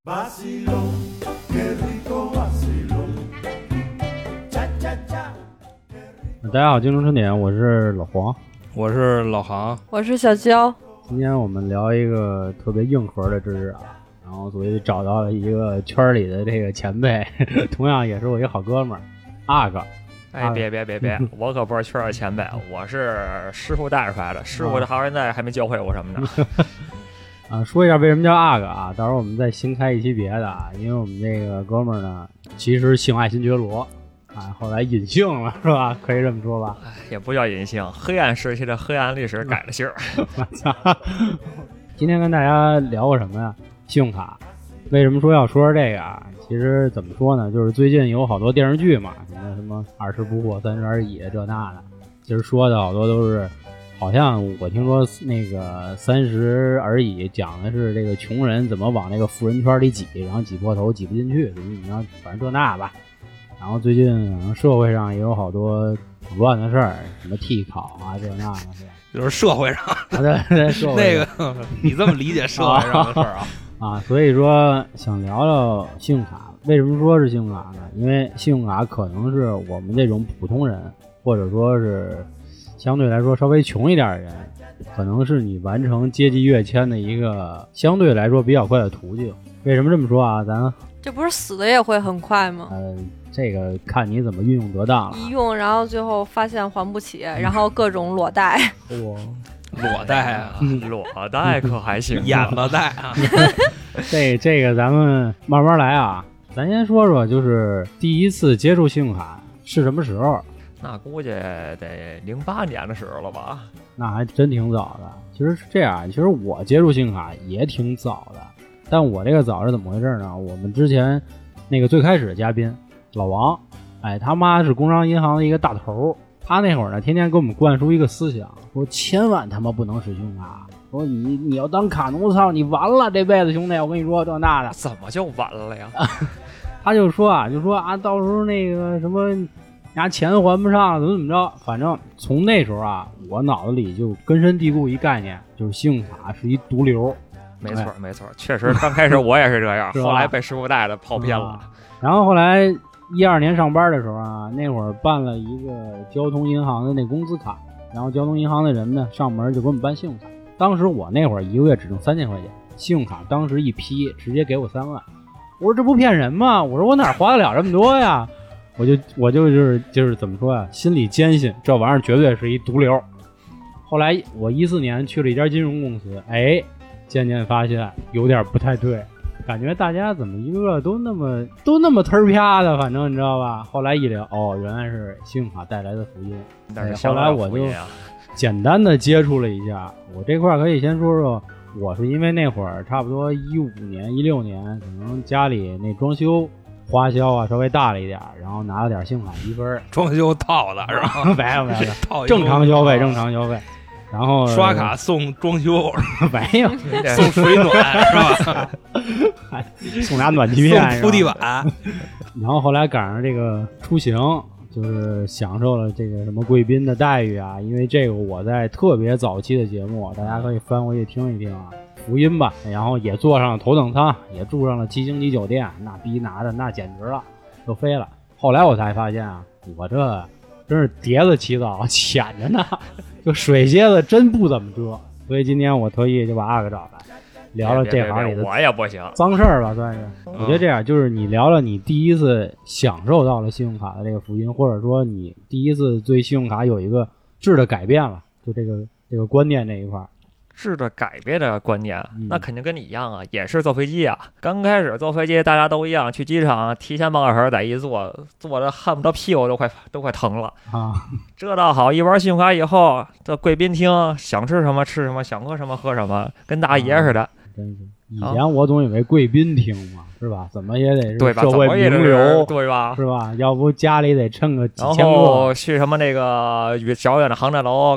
大家好，京城春点，我是老黄， 我是老航， 我是小娇。 今天我们聊一个特别硬核的知识啊，然后所以找到了一个圈里的这个前辈，同样也是我一个好哥们儿，阿哥。 哎，别，我可不是圈里前辈，我是师傅带出来的，师傅到现在还没教会我什么呢。 啊，说一下为什么叫阿哥啊，到时候我们再新开一期别的啊，因为我们这个哥们儿呢，其实姓爱新觉罗。啊，后来隐姓了是吧？可以这么说吧？ 也不叫隐姓，黑暗时期的黑暗历史改了姓。 我操！今天跟大家聊个什么呀？信用卡。为什么说要说这个啊？其实怎么说呢？就是最近有好多电视剧嘛，什么20不惑30而已这那的，其实说的好多都是，好像我听说那个30而已讲的是这个穷人怎么往那个富人圈里挤，然后挤破头挤不进去，你要反正这那吧。然后最近社会上也有好多挺乱的事儿，什么替考啊这那的，是吧？ 就是社会上， 对社会上那个你这么理解社会上的事儿啊？ 啊，所以说想聊聊信用卡。为什么说是信用卡呢？因为信用卡可能是我们这种普通人，或者说是相对来说稍微穷一点的人，可能是你完成阶级跃迁的一个相对来说比较快的途径。为什么这么说啊？咱这不是死的也会很快吗？ 这个看你怎么运用得当了。 一用，然后最后发现还不起，然后各种裸贷。 裸贷啊， 裸贷可还行， 眼子贷啊。 这个咱们慢慢来啊。咱先说说，就是第一次接触信用卡是什么时候？ 那估计得08年的时候了吧？ 那还真挺早的。其实是这样，其实我接触信用卡也挺早的，但我这个早是怎么回事呢？我们之前那个最开始的嘉宾老王，哎，他妈是工商银行的一个大头，他那会儿呢，天天给我们灌输一个思想，说千万他妈不能使信用卡，说你要当卡奴，操，你完了这辈子，兄弟，我跟你说这那的。 怎么就完了呀？ 他就说啊，到时候那个什么，拿钱还不上，怎么着，反正从那时候啊，我脑子里就根深蒂固一概念，就是信用卡是一毒瘤。 没错，确实刚开始我也是这样，后来被师傅带的跑偏了。 然后后来12年上班的时候啊，那会儿办了一个交通银行的那工资卡，然后交通银行的人呢上门就给我们办信用卡。当时我那会儿一个月只挣3000块钱，信用卡当时一批直接给我3万。我说这不骗人吗？我说我哪花得了这么多呀？我就是怎么说呀？心里坚信这玩意儿绝对是一毒瘤。后来我14年去了一家金融公司，哎，渐渐发现有点不太对。感觉大家怎么一个都那么忒儿啪的，反正你知道吧？后来一聊，哦，原来是信用卡带来的福音。后来我就简单的接触了一下，我这块可以先说说，我是因为那会儿差不多15年、16年，可能家里那装修花销啊稍微大了一点，然后拿了点信用卡积分， 装修套的是吧？ 没有，正常消费。然后刷卡送装修， 没有送水暖是吧？ 送俩暖气片， 送铺地板。 然后后来赶上这个出行，就是享受了这个什么贵宾的待遇啊。因为这个我在特别早期的节目，大家可以翻回去听一听啊，福音吧。然后也坐上了头等舱，也住上了7星级酒店，那逼拿的那简直了，都飞了。后来我才发现啊，我这真是碟子起早浅着呢。就水蝎子真不怎么遮，所以今天我特意就把阿哥找来聊聊这行里的我也不行脏事儿吧，算是。我觉得这样，就是你聊聊你第一次享受到了信用卡的这个福音，或者说你第一次对信用卡有一个质的改变了，就这个观念这一块。 质的改变的观念，那肯定跟你一样啊，也是坐飞机啊。刚开始坐飞机大家都一样，去机场提前半个小时在一坐的恨不得屁股都快疼了啊。这倒好，一玩信用卡以后，这贵宾厅想吃什么吃什么，想喝什么喝什么，跟大爷似的。 真是，以前我总以为贵宾厅嘛，是吧？怎么也得是社会名流， 对吧？ 是吧？要不家里得趁个几千个。 然后去什么那个较远的航站楼。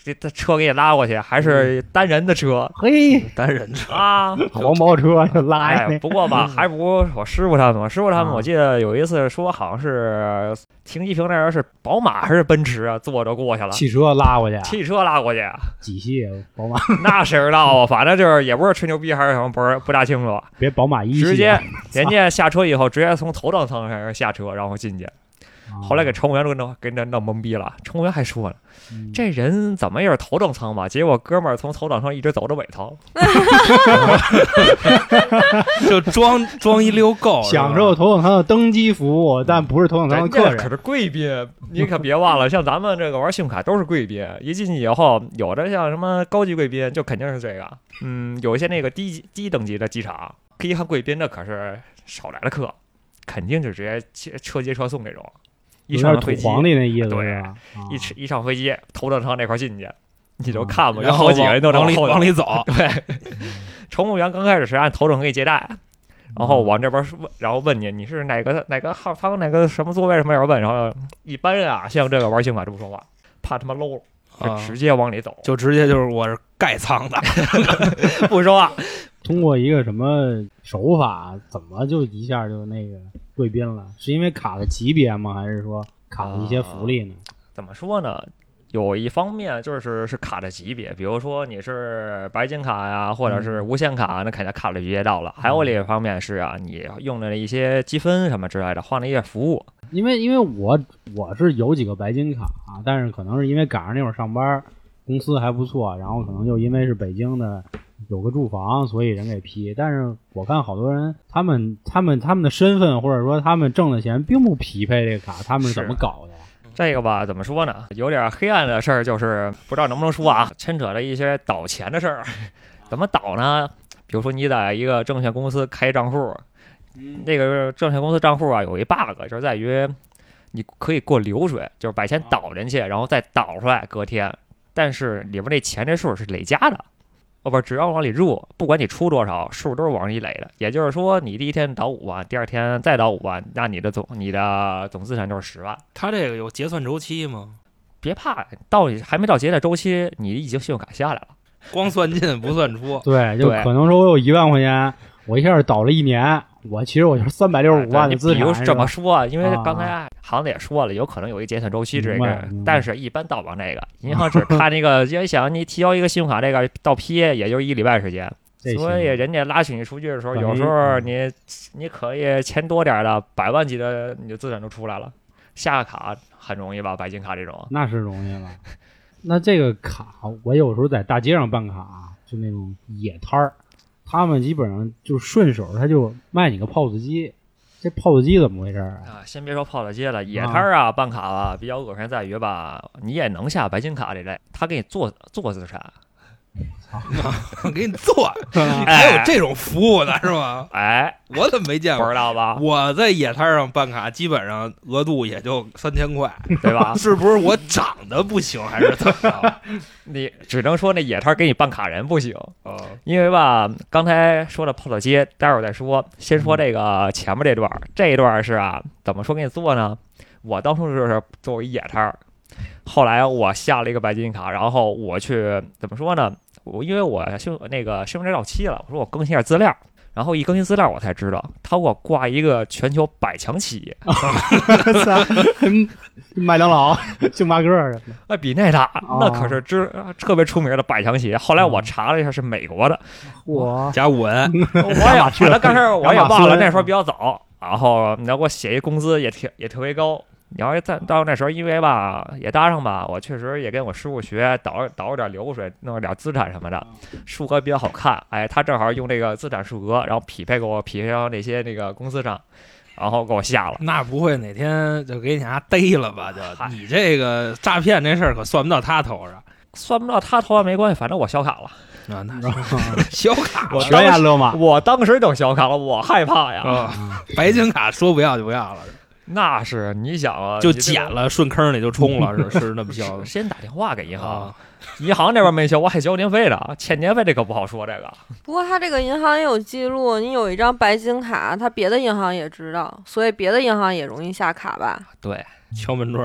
这车给你拉过去，还是单人的车嘿， 单人车啊， 黄包车就拉哎，不过吧，还不如我师傅他们。我师傅他们，我记得有一次说，好像是停机坪那人是宝马还是奔驰啊，坐着过去了， 汽车拉过去， 汽车拉过去， 几系宝马， 那谁知道啊？反正就是也不是吹牛逼还是什么，不大清楚。 别宝马一系， 直接人家下车以后，直接从头等舱上下车，然后进去。后来给乘务员给弄懵逼了，乘务员还说呢，这人怎么也是头等舱吧？结果哥们儿从头等舱一直走到尾舱， 就装一溜够， 享受头等舱的登机服务，但不是头等舱的客人。 可是贵宾，你可别忘了，像咱们这个玩信用卡都是贵宾，一进去以后，有的像什么高级贵宾，就肯定是这个，有一些那个低等级的机场，可以看贵宾，那可是少来的客，肯定就直接车接车送这种。一上飞机， 皇帝那意思对，一上飞机，头等舱那块进去，你就看吧， 然后好几个人都往里走。 对，乘务员刚开始是按头等可以接待，然后往这边问，然后问你是哪个号舱哪个什么座位什么人问，然后一般人啊，像这个玩信用卡就不说话，怕他妈 low，直接往里走， 就直接就是我是盖舱的， 不说话。 通过一个什么手法，怎么就一下就那个贵宾了？是因为卡的级别吗？还是说卡的一些福利呢？ 怎么说呢？有一方面就是卡的级别，比如说你是白金卡呀，或者是无限卡，那肯定卡的级别到了。还有另一方面是啊，你用的一些积分什么之类的，换了一些服务。 因为我是有几个白金卡啊，但是可能是因为赶上那会儿上班，公司还不错，然后可能就因为是北京的。有个住房，所以人给批。但是我看好多人，他们的身份或者说他们挣的钱并不匹配这个卡，他们是怎么搞的？ 这个吧，怎么说呢？有点黑暗的事儿，就是不知道能不能说啊，牵扯了一些倒钱的事儿。怎么倒呢？比如说你在一个证券公司开账户，那个证券公司账户啊有一 bug， 就是在于你可以过流水，就是把钱倒进去，然后再倒出来隔天，但是里边那钱这数是累加的。不，只要往里入，不管你出多少，数都是往里垒的。也就是说，你第一天倒5万，第二天再倒5万，那你的总资产就是10万。 它这个有结算周期吗？ 别怕，还没到结算周期，你已经信用卡下来了。 光算进不算出。 对，就可能说我有1万块钱，我一下倒了1年，其实我就是365万的资产。 比如这么说，因为刚才行子也说了，有可能有一结算周期这个，但是一般到不了那个，银行只看那个，因为想你提交一个信用卡这个到批，也就1礼拜时间。所以人家拉取你数据的时候，有时候你可以钱多点的100万级的，你的资产都出来了。下个卡很容易吧，白金卡这种那是容易了。那这个卡，我有时候在大街上办卡，就那种野摊儿，他们基本上就顺手他就卖你个 POS 机。这 POS 机怎么回事啊？ 先别说 POS 机了，野摊儿啊，办卡吧，比较恶心在于吧，你也能下白金卡这类，他给你做资产。 给你做，还有这种服务的是吗？ 哎， 我怎么没见过？ 不知道吧？ 我在野摊上办卡，基本上额度也就3000块， 对吧？ 是不是我长得不行，还是怎么着？ 你只能说那野摊给你办卡人不行，因为吧，刚才说的 POS 机，待会儿再说。先说这个前面这一段是啊，怎么说给你做呢？我当初就是作为野摊，后来我下了一个白金卡，然后我去怎么说呢？因为我身份证到期了，我说我更新一下资料，然后一更新资料，我才知道他给我挂一个全球100强企业， 麦当劳、星巴克什么的，比那大，那可是特别出名的100强企业。后来我查了一下，是美国的， 我加5文， 我也刚开始我也忘了，那时候比较早，然后你要给我写一工资也特别高。你要是再到那时候，因为吧也搭上吧，我确实也跟我师傅学导点流水，弄点资产什么的，数额比较好看。哎，他正好用这个资产数额，然后匹配上那些那个公司上，然后给我下了。 那不会哪天就给你家逮了吧？就你这个诈骗这事儿可算不到他头上， 算不到他头上没关系，反正我小卡了。 那小卡， 我悬崖勒马， 我当时就小卡了，我害怕呀。 白金卡说不要就不要了。 那是你想啊， 就捡了，顺坑里就冲了，是那么消的。 先打电话给银行，银行那边没消，我还交年费的，欠年费这可不好说这个。 不过他这个银行也有记录，你有一张白金卡，他别的银行也知道，所以别的银行也容易下卡吧？ 对， 敲门砖。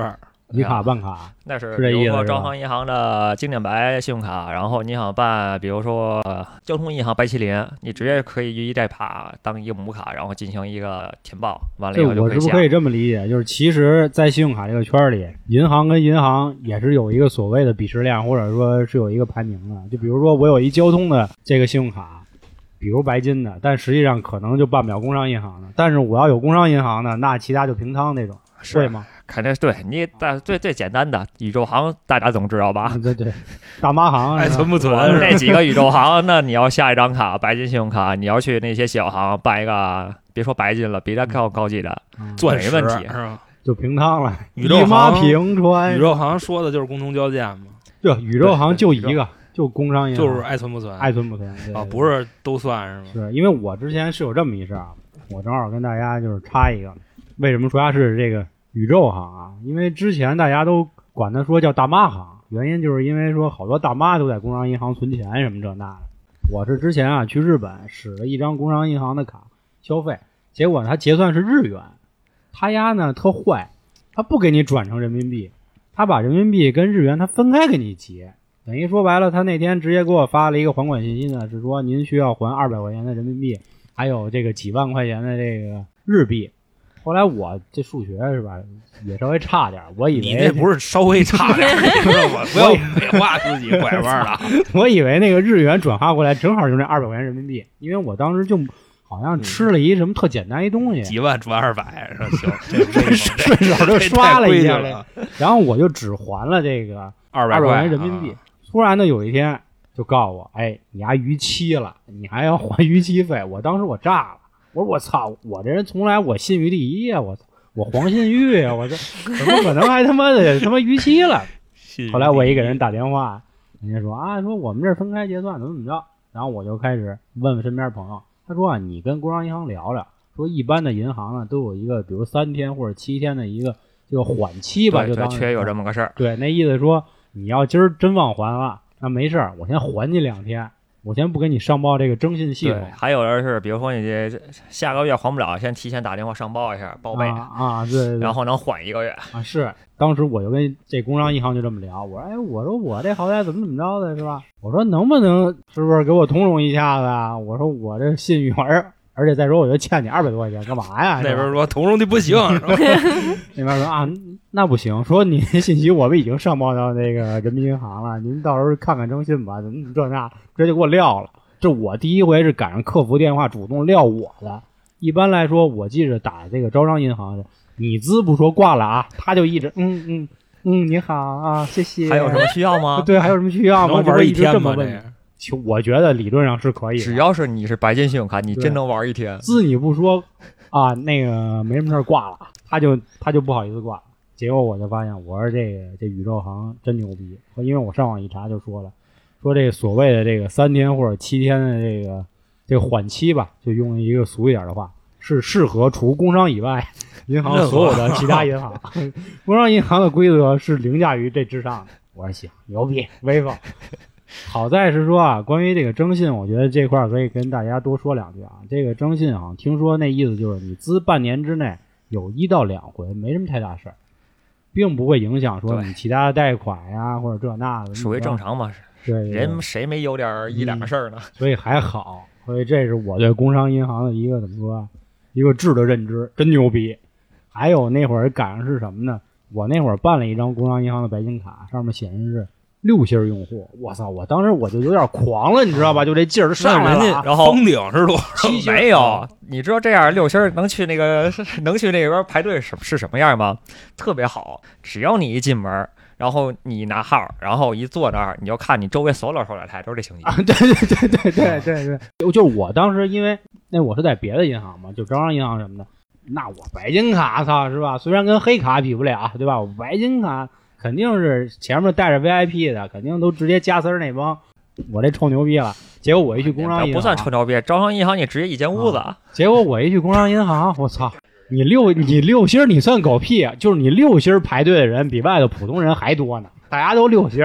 一卡办卡， 那是这意思。 比如说招商银行的经典白信用卡，然后你想办，比如说交通银行白麒麟，你直接可以以这卡当一个母卡，然后进行一个填报，完了以后就可以下。 我是不是可以这么理解？就是其实，在信用卡这个圈里，银行跟银行也是有一个所谓的鄙视链，或者说是有一个排名的。就比如说我有一交通的这个信用卡，比如白金的，但实际上可能就办不了工商银行的。但是我要有工商银行的，那其他就平摊那种，对吗？ 肯定对你最简单的宇宙行，大家总知道吧？ 对，大妈行还存不存？ 那几个宇宙行，那你要下一张卡，白金信用卡，你要去那些小行办一个，别说白金了，比它高级的， 钻石没问题是吧？ 就平摊了。 宇宙行平川， 宇宙行说的就是共同交建嘛。 对，宇宙行就一个，就工商银行， 就是爱存不存， 爱存不存啊，不是都算是吗？ 是因为我之前是有这么一事啊，我正好跟大家就是插一个，为什么说它是这个宇宙行啊？因为之前大家都管它说叫大妈行，原因就是因为说好多大妈都在工商银行存钱什么这那的。我是之前啊去日本使了一张工商银行的卡消费，结果他结算是日元，他丫呢特坏，他不给你转成人民币，他把人民币跟日元他分开给你结。等于说白了，他那天直接给我发了一个还款信息呢，是说您需要还200块钱的人民币，还有这个几万块钱的这个日币。后来我这数学是吧，也稍微差点，我以为你那不是稍微差点，不要美化自己拐弯了。 我以为那个日元转化过来正好就那200块钱人民币，因为我当时就好像吃了一什么特简单一东西， 几万转200，行， 顺手就刷了一下了， 然后我就只还了这个200块钱人民币。突然呢，有一天就告诉我，哎，你还逾期了，你还要还逾期费。我当时我炸了，我说我操，我这人从来我信誉第一啊，我黄信誉啊，我这怎么可能还他妈逾期了？后来我一给人打电话，人家说啊，说我们这分开结算怎么着，然后我就开始问问身边朋友，他说啊，你跟工商银行聊聊，说一般的银行呢都有一个，比如3天或者7天的一个这个缓期吧，就当确有这么个事儿。 对，那意思说你要今儿真忘还了，那没事儿，我先还你2天。我先不给你上报这个征信系统。 还有的是，比如说你这下个月还不了，先提前打电话上报一下，报备啊，对， 然后能缓1个月啊。是，当时我就跟这工商银行就这么聊，我说，哎，我说我这好歹怎么着的，是吧？我说能不能是不是给我通融一下子啊？我说我这信誉而且再说我就欠你200多块钱，干嘛呀？ 那边说通融的不行， 那边说啊，那不行，说你信息我们已经上报到那个人民银行了，您到时候看看征信吧，怎么这那，直接就给我撂了。这我第一回是赶上客服电话主动撂我的。一般来说，我记着打这个招商银行的，你滋不说挂了啊，他就一直你好啊，谢谢。 还有什么需要吗？ 对，还有什么需要吗？ 能玩一天吗？ 我觉得理论上是可以的， 只要是你是白金信用卡，你真能玩一天。 滋你不说啊，那个没什么事挂了，他就不好意思挂。结果我就发现，我说这宇宙行真牛逼，因为我上网一查就说了，说这所谓的这个3天或者7天的这个缓期吧，就用一个俗一点的话，是适合除工商以外银行所有的其他银行。工商银行的规则是凌驾于这之上的。我说行，牛逼，威风。好在是说啊，关于这个征信，我觉得这块可以跟大家多说2句啊。这个征信啊，听说那意思就是你资半年之内有1到2回，没什么太大事儿，并不会影响说你其他的贷款呀或者这那的， 属于正常嘛。 对， 人谁没有点1-2个事儿呢？ 所以还好。所以这是我对工商银行的一个怎么说，一个质的认知，真牛逼。还有那会儿赶上是什么呢？我那会儿办了一张工商银行的白金卡，上面显示是6星用户。我操！我当时我就有点狂了，你知道吧？就这劲儿上来了， 然后封顶是多 7星没有。你知道这样6星能去那边排队是什么样吗？特别好，只要你一进门，然后你拿号，然后一坐那儿，你就看你周围所有的收款台都是这星级啊！对，就是我当时因为那我是在别的银行嘛，就招商银行什么的，那我白金卡操是吧？虽然跟黑卡比不了，对吧？我白金卡肯定是前面带着 VIP 的，肯定都直接加丝那帮，我这臭牛逼了。结果我一去工商银行， 不算臭牛逼，招商银行你直接一间屋子。 结果我一去工商银行，我操！你6星你算狗屁啊！就是你6星排队的人比外头普通人还多呢，大家都6星，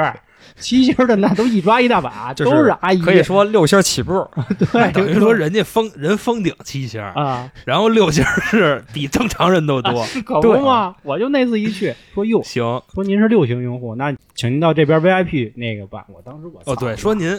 7星的那都一抓一大把， 就是都是阿姨， 可以说6星起步。 对， 等于说人家封顶7星啊， 然后6星是比正常人都多， 可不嘛！我就那次一去说哟， 行， 说您是6星用户，那请您到这边 VIP 那个办。我当时我对，说您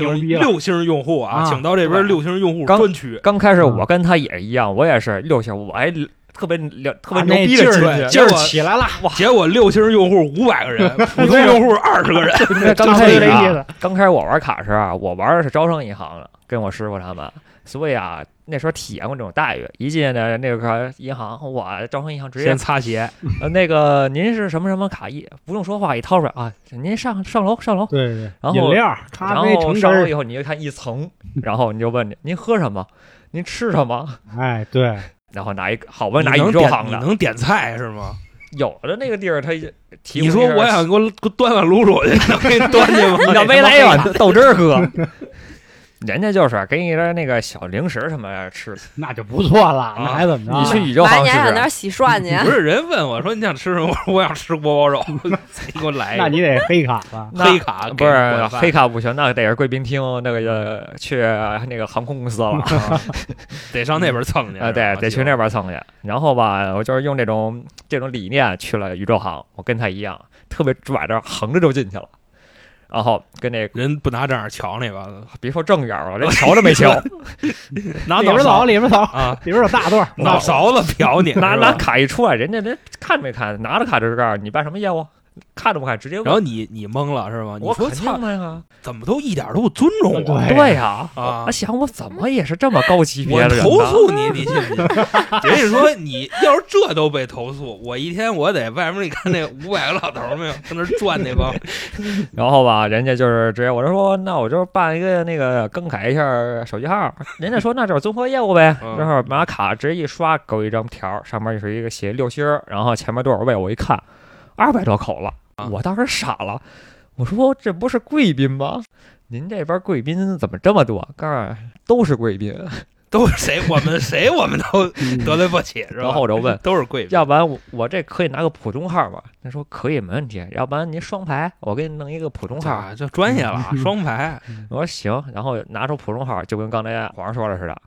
6星用户啊， 啊请到这边6星用户专区。 刚开始我跟他也一样，我也是6星，我还特别牛逼的劲儿起来了， 结果6星用户500个人，普通用户20个人。 刚开始我玩卡时啊，我玩的是招商银行的，跟我师傅他们，所以啊，那时候体验过这种待遇。一进的那个银行，我招商银行直接先擦鞋， 那个您是什么什么卡不用说话，一掏出来啊，您上楼。 对对， 然后饮料、咖啡、橙汁。 上楼以后，你就看一层，然后你就问您喝什么，您吃什么？ 哎，对。 然后拿宇宙行的， 你能点菜是吗？ 有的那个地儿他提你说我想给我端碗卤煮去，能给你端去吗？ 你要没来一碗豆汁儿喝。人家就是给你点那个小零食什么吃， 那就不错了，那还怎么着？ 你去宇宙行吃，上那儿洗涮去。 不是人问我说你想吃什么？我想吃锅包肉，你给我来一个。 那你得黑卡吧？ 黑卡不是黑卡不行，那得是贵宾厅，那个去那个航空公司了， 得上那边蹭去。 对，得去那边蹭去。然后吧，我就是用这种理念去了宇宙行，我跟他一样，特别拽着横着就进去了。然后跟那人不拿正眼瞧那个， 别说正眼了，人瞧都没瞧， 拿里边走啊， 里边有大段， 脑勺子瞟你， 拿卡一出来，人家看没看，拿着卡就告诉你办什么业务，看都不看，直接问。 然后你懵了是吗？你说操呀， 怎么都一点都不尊重我？ 对呀， 啊， 想我怎么也是这么高级别的人， 我投诉你，你信不信？人家说你要是这都被投诉，我一天我得外面你看那500个老头没有，跟那转那帮。 然后吧，人家就是直接我就说，那我就办一个那个更改一下手机号。人家说那就是综合业务呗，然后拿卡直接一刷，给我一张条，上面就是一个写6星，然后前面多少位，我一看200多口了，我当时傻了，我说这不是贵宾吗？您这边贵宾怎么这么多？告诉都是贵宾。 都是谁？我们都得罪不起是吧？ 然后我就问， 都是贵宾， 要不然我这可以拿个普通号吗？他说可以，没问题。要不然您双排，我给你弄一个普通号， 就专业了，双排。 我说行，然后拿出普通号，就跟刚才皇上说的似的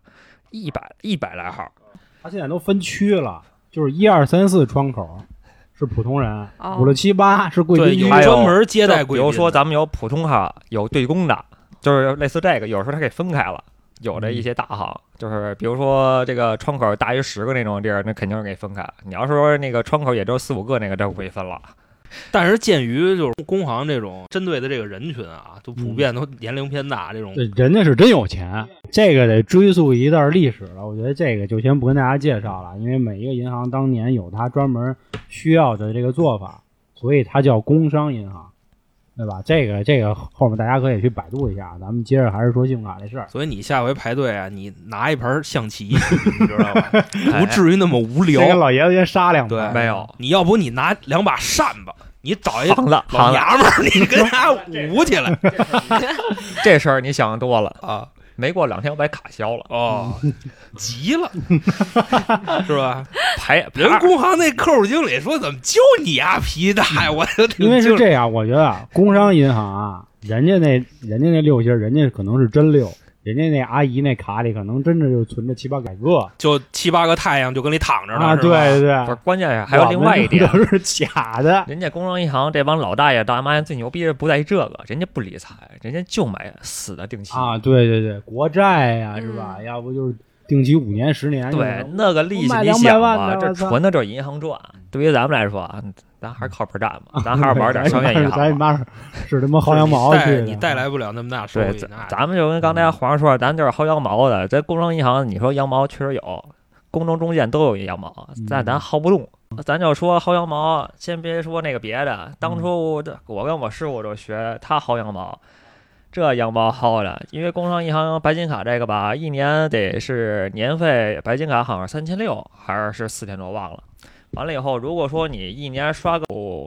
，100来号。 他现在都分区了，就是1、2、3、4窗口是普通人，5、6、7、8是贵宾， 有专门接待贵宾。 比如说咱们有普通号，有对公的，就是类似这个，有时候它给分开了。有的一些大行，就是比如说这个窗口大于10个那种地儿，那肯定是给分开。你要是说那个窗口也就4、5个，那个就不会分了。 但是鉴于就是工行这种针对的这个人群啊，都普遍都年龄偏大，这种人家是真有钱，这个得追溯一段历史了。我觉得这个就先不跟大家介绍了，因为每一个银行当年有它专门需要的这个做法，所以它叫工商银行。对吧？这个后面大家可以去百度一下，咱们接着还是说信用卡这事儿。 所以你下回排队啊，你拿一盘象棋，你知道吧？不至于那么无聊。 先跟老爷子先杀2盘。 对， 没有。 你要不你拿2把扇子，你找一老娘们儿，你跟他舞起来。 这事儿你想多了啊！ 没过2天我把卡消了哦，急了是吧？ 人工行那客户经理说怎么就你呀皮大呀？我就因为是这样，我觉得工商银行啊，人家那6星，人家可能是真6。人家那阿姨那卡里可能真的就存着7、8个， 就7、8个太阳就跟你躺着呢啊！对对， 不是关键是还有另外一点， 都是假的。 人家工商银行这帮老大爷大妈最牛逼的不在于这个，人家不理财，人家就买死的定期啊！对对对，国债呀，是吧？要不就是定期5年、10年。 对，那个利息你想吧，这纯的就是银行赚。对于咱们来说啊，咱还是靠谱站嘛，咱还是玩点商业银行。 咱妈是他妈薅羊毛去， 你带来不了那么大收益。 咱们就跟刚才皇上说，咱就是薅羊毛的。在工商银行，你说羊毛确实有，工农中建都有羊毛，但咱薅不动。咱就说薅羊毛，先别说那个别的。当初我跟我师傅就学他薅羊毛，这羊毛薅的，因为工商银行白金卡这个吧，一年得是年费，白金卡好像3600还是4000多忘了。完了以后，如果说你一年刷个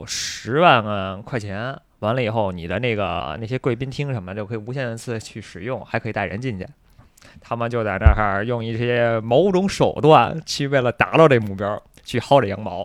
10万块钱，完了以后你的那些贵宾厅什么的就可以无限次去使用，还可以带人进去。他们就在这儿用一些某种手段去为了达到这目标去薅这羊毛，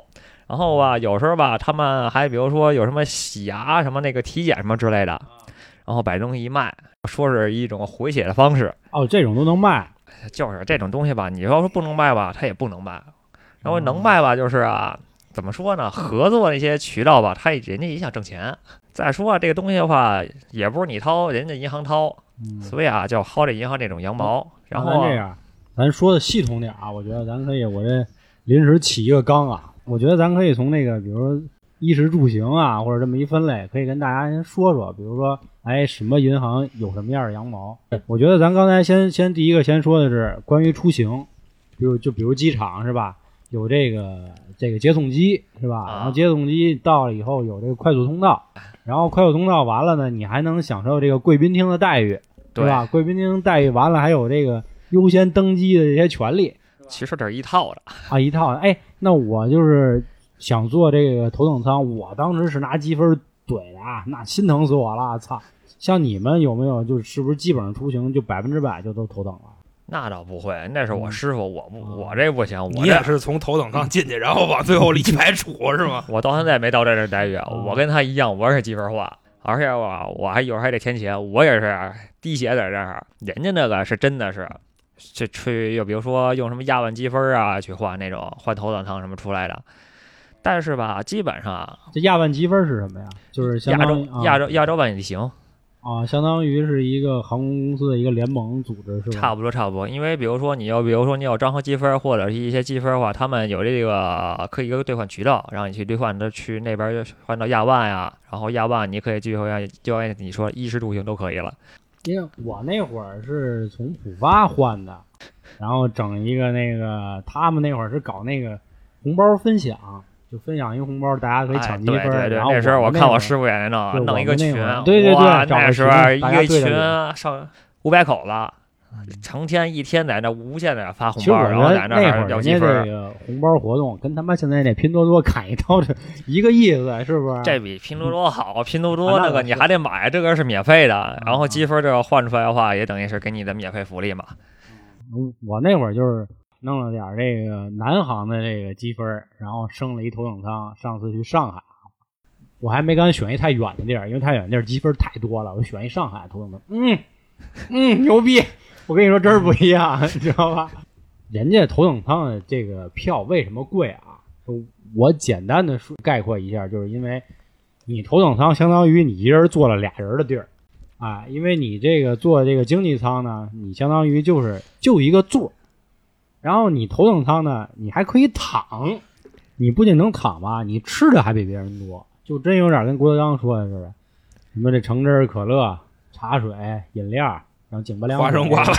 然后吧，有时候吧，他们还比如说有什么洗牙、什么那个体检什么之类的，然后把东西一卖，说是一种回血的方式。 哦，这种都能卖， 就是这种东西吧，你要说不能卖吧，它也不能卖。然后能卖吧，就是啊，怎么说呢？合作那些渠道吧，人家也想挣钱。再说啊，这个东西的话，也不是你掏，人家银行掏，所以啊，就薅这银行这种羊毛。然后咱这样，咱说的系统点啊，我觉得咱可以，我这临时起一个纲啊，我觉得咱可以从那个，比如说衣食住行啊，或者这么一分类，可以跟大家先说说，比如说，哎，什么银行有什么样的羊毛？我觉得咱刚才先第一个先说的是关于出行，比如机场是吧？有这个接送机是吧？然后接送机到了以后有这个快速通道，然后快速通道完了呢，你还能享受这个贵宾厅的待遇，对吧？贵宾厅待遇完了还有这个优先登机的这些权利。 其实这是一套的啊，一套的。哎，那我就是想坐这个头等舱，我当时是拿积分怼的啊，那心疼死我了，操！像你们有没有就是不是基本上出行就100%就都头等了？ 那倒不会，那是我师傅，我这不行。 你也是从头等舱进去，然后往最后里排除是吗？ 我到现在没到这待遇，我跟他一样，我也是积分化，而且我还有时候还得填钱，我也是滴血在这儿。人家那个是真的是。这去，比如说用什么亚万积分啊去换那种换头等舱什么出来的，但是吧，基本上这亚万积分是什么呀？就是相当于亚洲万里行啊，相当于是一个航空公司的一个联盟组织是吧？ 差不多。因为比如说你有账号积分或者是一些积分的话，他们有这个可以一个兑换渠道，让你去兑换的去那边换到亚万呀，然后亚万你可以就按你说衣食住行都可以了。 因为我那会儿是从浦发换的，然后整一个那个，他们那会儿是搞那个红包分享，就分享一个红包，大家可以抢积分。 对， 然后那时候我看我师傅也弄一个群， 对， 那时候一个群上500口子，成天一天在那无限的发红包，然后在那要积分。 这个红包活动跟他妈现在那拼多多砍一刀是一个意思，是不是？ 这比拼多多好，拼多多那个你还得买，这个是免费的，然后积分这个换出来的话，也等于是给你的免费福利嘛。 我那会儿就是弄了点这个南航的这个积分，然后升了一头等舱。上次去上海，我还没敢选一太远的地儿，因为太远的地儿积分太多了，我选一上海头等舱。牛逼！我跟你说，真是不一样，你知道吧？人家头等舱的这个票为什么贵啊？我简单的概括一下，就是因为你头等舱相当于你一人坐了俩人的地儿啊，因为你这个坐这个经济舱呢，你相当于就一个座，然后你头等舱呢，你还可以躺，你不仅能躺吧，你吃的还比别人多，就真有点跟郭德纲说的似的，什么这橙汁、可乐、茶水、饮料。然后井不凉花生瓜子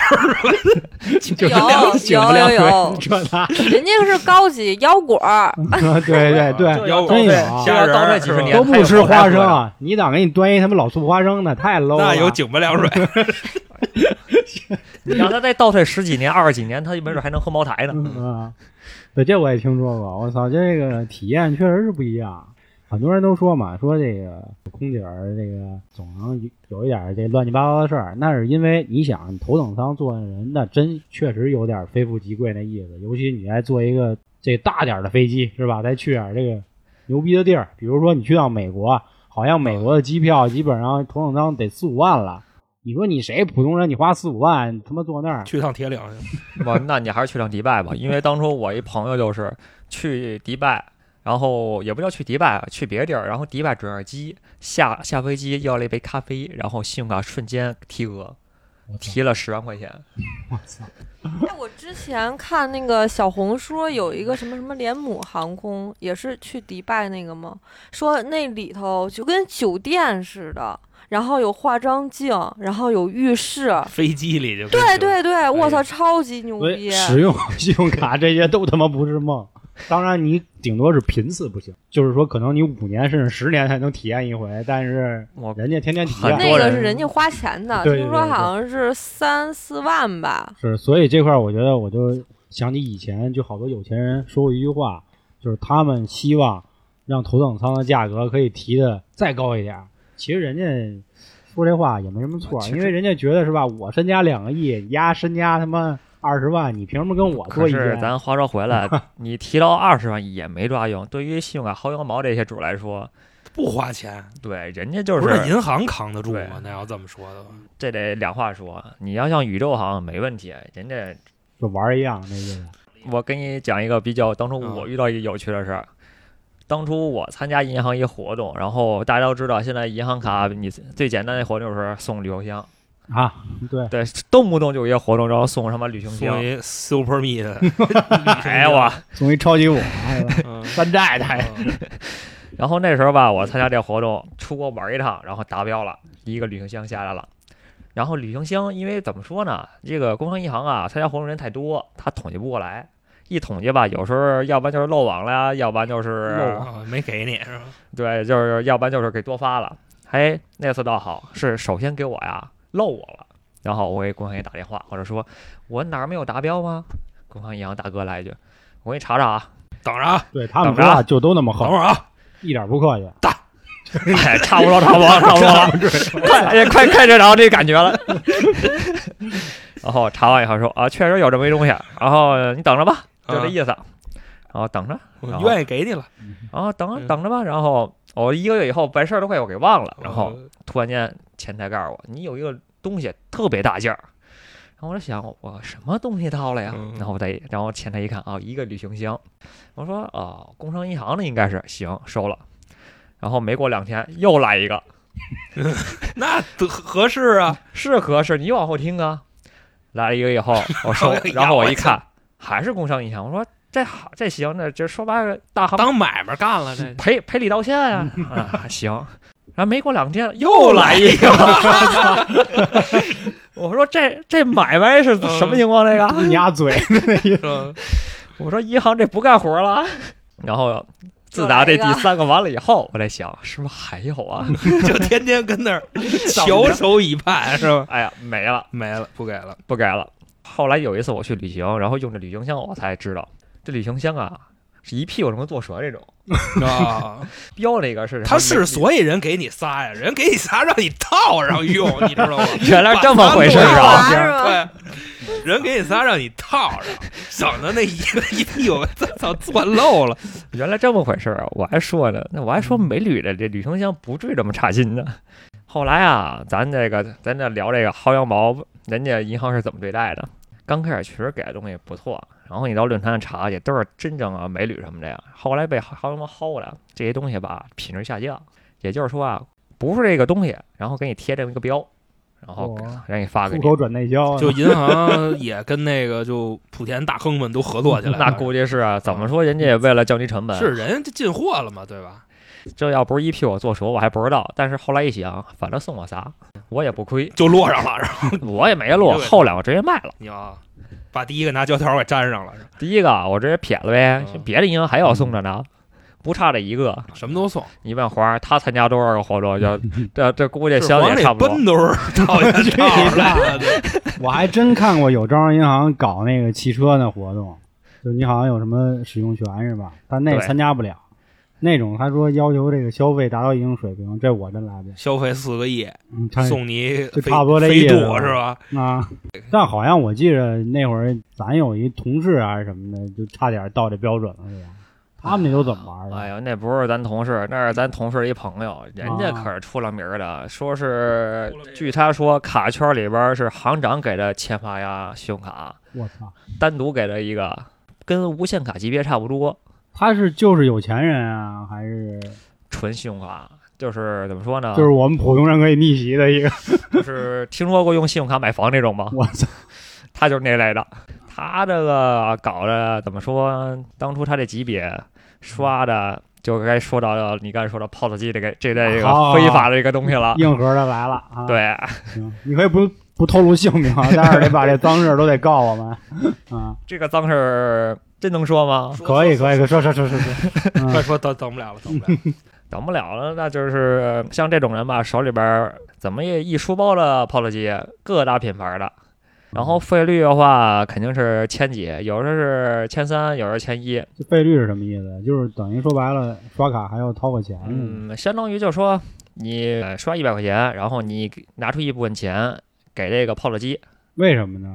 有，人家是高级腰果对， 真有， 到这几十年都不吃花生，你咋给你端一他妈老醋花生呢？太 low 了。 那有井不凉水。 你让他再倒退10几年、20几年，他没准还能喝茅台呢。对，这我也听说过。我操，这个体验确实是不一样。很多人都说嘛，说这个空姐儿这个总能有一点这乱七八糟的事儿，那是因为你想头等舱坐的人那真确实有点非富即贵那意思，尤其你再坐一个这大点的飞机是吧，再去点这个牛逼的地儿，比如说你去到美国，好像美国的机票基本上头等舱得4-5万了。你说你谁普通人，你花4-5万他妈坐那儿去趟铁岭去？ 那你还是去趟迪拜吧，因为当初我一朋友就是去迪拜。然后也不叫去迪拜，去别的地儿，然后迪拜转机下飞机要了一杯咖啡，然后信用卡瞬间提额，提了10万块钱。 我操！ 我之前看那个小红书有一个什么联姆航空，也是去迪拜那个吗？说那里头就跟酒店似的。然后有化妆镜，然后有浴室， 飞机里就对，我操，超级牛逼！ 使用信用卡这些都他妈不是梦。当然，你顶多是频次不行，就是说可能你5年甚至10年才能体验一回，但是人家天天体验， 那个是人家花钱的， 对听说好像是3-4万吧。 是，所以这块我觉得我就想起以前就好多有钱人说过一句话，就是他们希望让头等舱的价格可以提的再高一点。其实人家说这话也没什么错，因为人家觉得是吧，我身家2个亿，丫身家他妈 20万，你凭什么跟我可做一件？ 是咱话说回来，你提到20万也没抓用。对于信用卡薅羊毛这些主来说， 不花钱， 对人家就不是银行扛得住对吗？那要这么说的话， 这得两话说。你要像宇宙行没问题，人家就玩一样，那就是我跟你讲一个比较，当初我遇到一个有趣的事儿。当初我参加银行一活动，然后大家都知道，现在银行卡你最简单的活动就是送旅游箱啊，对， 对，动不动就有一个活动，然后送什么旅行箱， 送一 Super Me 的， 哎我送一超级五， 山寨的。 然后那时候吧，我参加这个活动，出国玩一趟，然后达标了，一个旅行箱下来了。然后旅行箱，因为怎么说呢，这个工商银行啊，参加活动人太多，他统计不过来。一统计吧，有时候要不然就是漏网了呀，要不然就是漏网没给你是吧？ 对，就是要不然就是给多发了。哎，那次倒好，是首先给我呀漏我了，然后我给工商银行打电话，或者说我哪儿没有达标吗？工商银行大哥来一句，我给你查查啊， 等着啊， 对他们说话就都那么横， 等会儿啊， 一点不客气。 哎，差不多了，快这着这感觉了。然后查完以后说啊，确实有这么一东西，然后你等着吧，就这意思。然后等着， 我愿意给你了。 然后等着吧，然后我1个月以后完事儿都快我给忘了，然后突然间前台告诉我，你有一个东西特别大件儿。然后我就想，我什么东西到了呀？然后前台一看啊，一个旅行箱。我说啊，工商银行的应该是行，收了。然后没过2天又来一个， 那合适啊， 是合适。你往后听啊，来了一个以后我收，然后我一看还是工商银行，我说这行，那这说白了大行当买卖干了，这赔礼道歉呀啊行。然后没过2天又来一个，我说这买卖是什么情况？这个你丫嘴那意思。 我说银行这不干活了，然后。自打这第3个完了以后，我在想是不是还有啊？ 就天天跟那儿翘首以盼是吧？ 哎呀，没了， 不给了。 后来有一次我去旅行，然后用这旅行箱，我才知道这旅行箱啊是一屁股能坐蛇这种啊。 标那个是他是所以人给你仨呀，人给你仨让你套上用，你知道吗？ 原来这么回事啊！ 对。人给你仨让你套上，省得那一屁股钻漏了。 原来这么回事啊！我还说呢，那我还说美旅的这旅行箱不至于这么差劲呢。后来啊，咱这聊这个薅羊毛，人家银行是怎么对待的？刚开始确实给的东西不错，然后你到论坛上查去，都是真正啊美旅什么的呀。后来被薅羊毛薅的这些东西吧，品质下降。也就是说啊，不是这个东西，然后给你贴这么一个标。然后让你发给你， 出口转内销， 就银行也跟那个就莆田大亨们都合作起来了。 那估计是啊，怎么说人家也为了降低成本， 是人家进货了嘛，对吧？ 这要不是一屁股坐蛇，我还不知道。但是后来一想，反正送我仨，我也不亏， 就落上了，然后我也没落，后2个直接卖了。 你啊，把第一个拿胶条给粘上了。 第一个我直接撇了呗，别的银行还要送着呢。不差这一个， 什么都送。 你问花儿，他参加多少个活动？这估计箱也差不多。 奔都是套下套来的。 我还真看过有招商银行搞那个汽车的活动，就你好像有什么使用权是吧？但那参加不了。那种他说要求这个消费达到一定水平，这我真来不了。 消费4个亿，送你就差不多这意思是吧？ 啊，但好像我记着那会儿咱有一同事啊什么的，就差点到这标准了，是吧？他们那都怎么玩的？ 哎呀，那不是咱同事，那是咱同事一朋友，人家可是出了名的，说是据他说，卡圈里边是行长给的千发呀信用卡， 我操， 单独给了一个，跟无限卡级别差不多。 他是就是有钱人啊，还是纯信用卡？就是怎么说呢？ 就是我们普通人可以逆袭的一个。 就是听说过用信用卡买房那种吗？ 我操， 他就是那类的。他这个搞的怎么说？当初他这级别刷的，就该说到你刚才说的 POS 机这类这个非法的这个东西了。 硬核的来了啊！ 对， 行，你可以不透露姓名，但是得把这脏事都得告我们啊！ 这个脏事真能说吗？ 可以，说， 快说，等不了了， 等不了了，那就是像这种人吧，手里边怎么也一书包的 POS 机，各大品牌的。然后费率的话，肯定是1000几，有的是1300，有的是1100。 这费率是什么意思？就是等于说白了，刷卡还要掏个钱。 相当于就是说你刷100块钱，然后你拿出一部分钱给这个 POS 机。 为什么呢？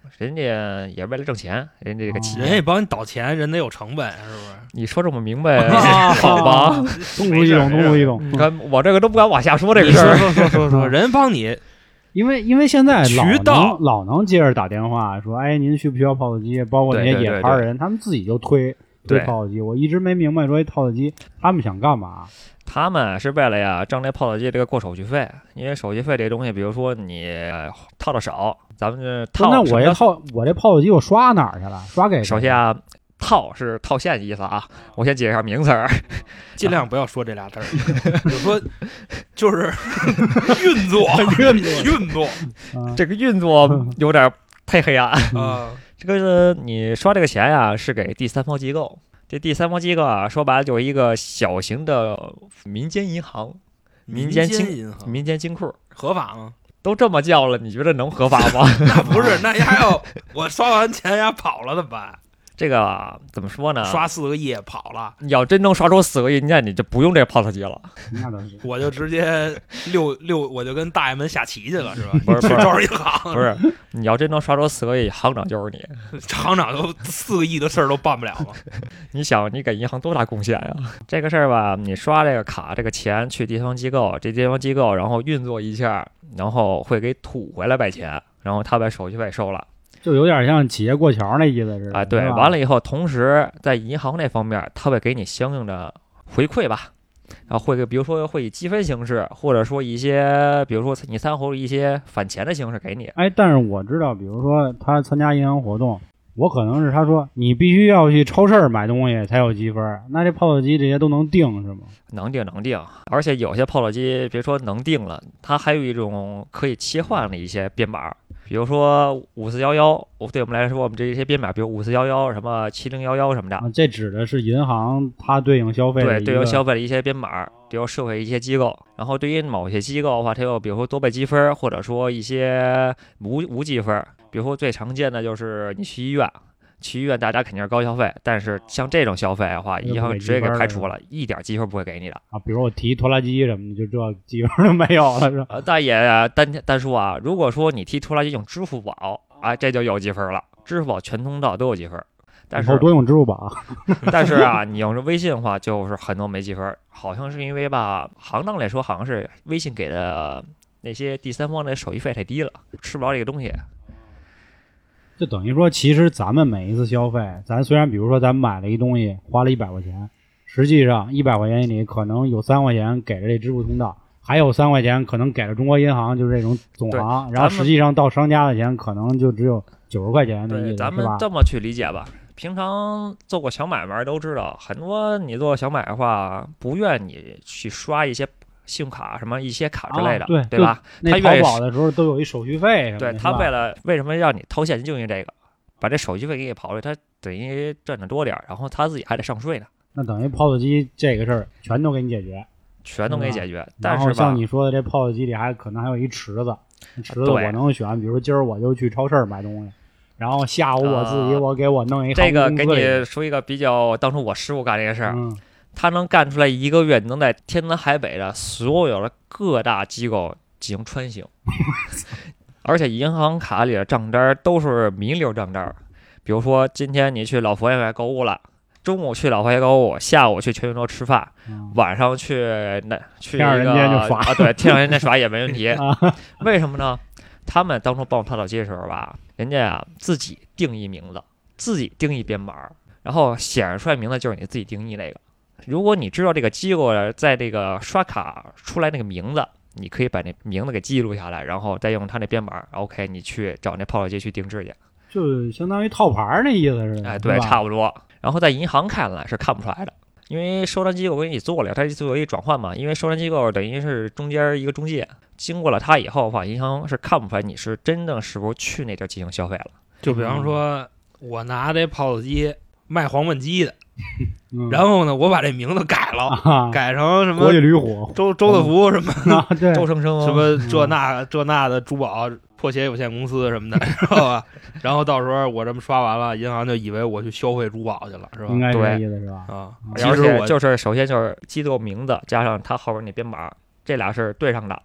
人家也是为了挣钱，人家这个企业， 人家帮你倒钱，人得有成本，是不是？ 你说这么明白，好吧？ 通俗易懂，通俗易懂。 你看我这个都不敢往下说这个事儿。 说，人帮你， 因为现在渠道老能接着打电话说，哎，您需不需要泡子机？包括那些野牌人，他们自己就推泡子机。我一直没明白说泡子机他们想干嘛。 他们是为了呀挣这泡子机这个过手续费，因为手续费这东西，比如说你套的少，咱们这套。 那我这泡子机我刷哪儿去了？刷给首先啊，套是套线的意思啊，我先解一下名词儿， 尽量不要说这俩字儿，就说就是运作。 这个运作有点太黑暗啊。 这个你刷这个钱呀，是给第三方机构。这第三方机构啊，说白了就是一个小型的民间银行、民间金库， 合法吗？ 都这么叫了，你觉得能合法吗？ 那不是，那丫要我刷完钱丫跑了怎么办？ 这个怎么说呢？ 刷4个亿跑了， 你要真能刷出4个亿，那你就不用这泡子机了。 那倒是， 我就直接我就跟大爷们下棋去了，是吧？ 不是招人银行， 不是，你要真能刷出4个亿，行长就是你。 行长都4个亿的事儿都办不了吗？ 你想，你给银行多大贡献呀？这个事儿吧，你刷这个卡，这个钱去第三方机构，这第三方机构然后运作一下，然后会给吐回来把钱，然后他把手续费收了。 就有点像企业过桥那意思似的。 对，完了以后，同时在银行那方面，他会给你相应的回馈吧，然后比如说会以积分形式，或者说一些，比如说你参与一些返钱的形式给你。 哎，但是我知道，比如说他参加银行活动，我可能是他说你必须要去超市买东西才有积分，那这泡子机这些都能定是吗？ 能定，而且有些泡子机，别说能定了，它还有一种可以切换的一些编码。比如说5411，对我们来说，我们这些编码，比如5411什么7011什么的， 这指的是银行它对应消费的对应消费的一些编码，比如社会一些机构。然后对于某些机构的话，它有比如说多倍积分，或者说一些无积分。比如说最常见的就是你去医院大家肯定是高消费，但是像这种消费的话，银行直接给排除了，一点积分不会给你的啊。比如我提拖拉机什么的，就这积分都没有了，是吧？ 但也单说啊，如果说你提拖拉机用支付宝，这就有积分了。支付宝全通道都有积分，但是多用支付宝。 但是啊，你用微信的话，就是很多没积分，好像是因为吧，行当来说，好像是微信给的那些第三方的手续费太低了，吃不着这个东西。 就等于说，其实咱们每一次消费，咱虽然比如说咱买了一东西花了100块钱，实际上100块钱里可能有3块钱给了这支付通道，还有3块钱可能给了中国银行，就是这种总行，然后实际上到商家的钱可能就只有90块钱的意思， 咱们这么去理解吧。平常做过小买卖都知道，很多你做小买的话，不愿你去刷一些信用卡什么一些卡之类的，对吧？ 那淘宝的时候都有一手续费什么的。 对，他为什么让你掏现金就因为这个，把这手续费给你刨了，他等于赚的多点，然后他自己还得上税呢。 那等于泡子机这个事儿全都给你解决， 全都给解决。但是像你说的，这泡子机里还可能还有一池子我能选，比如说今儿我就去超市买东西。然后下午我自己我给我弄一这个给你说一个比较，当初我师傅干这个事儿，他能干出来1个月能在天南海北的所有的各大机构进行穿行，而且银行卡里的账单都是名流账单。比如说今天你去老佛爷购物了，中午去老佛爷购物，下午去全聚德吃饭，晚上去一个对，天上人间耍也没问题。为什么呢？他们当初帮我套机的时候吧，人家自己定义名字，自己定义编码，然后显示出来名字就是你自己定义那个。如果你知道这个机构在这个刷卡出来那个名字，你可以把那名字给记录下来，然后再用他那编码 OK 你去找那泡泡机去定制去， 就相当于套牌那意思似的。 对，差不多。然后在银行看来是看不出来的，因为收单机构给你做了，它就有一转换嘛，因为收单机构等于是中间一个中介，经过了它以后的话，银行是看不出来你是真正是不是去那地儿进行消费了。 就比方说我拿这泡子机卖黄焖鸡的，然后呢我把这名字改了，改成什么国际驴虎周子福什么对， 周生生什么这那的珠宝破鞋有限公司什么的，知道吧？然后到时候我这么刷完了，银行就以为我去消费珠宝去了，是吧？ 应该是这意思是吧？ 其实我就是首先就是机构名字加上它后边那编码，这俩是对上的。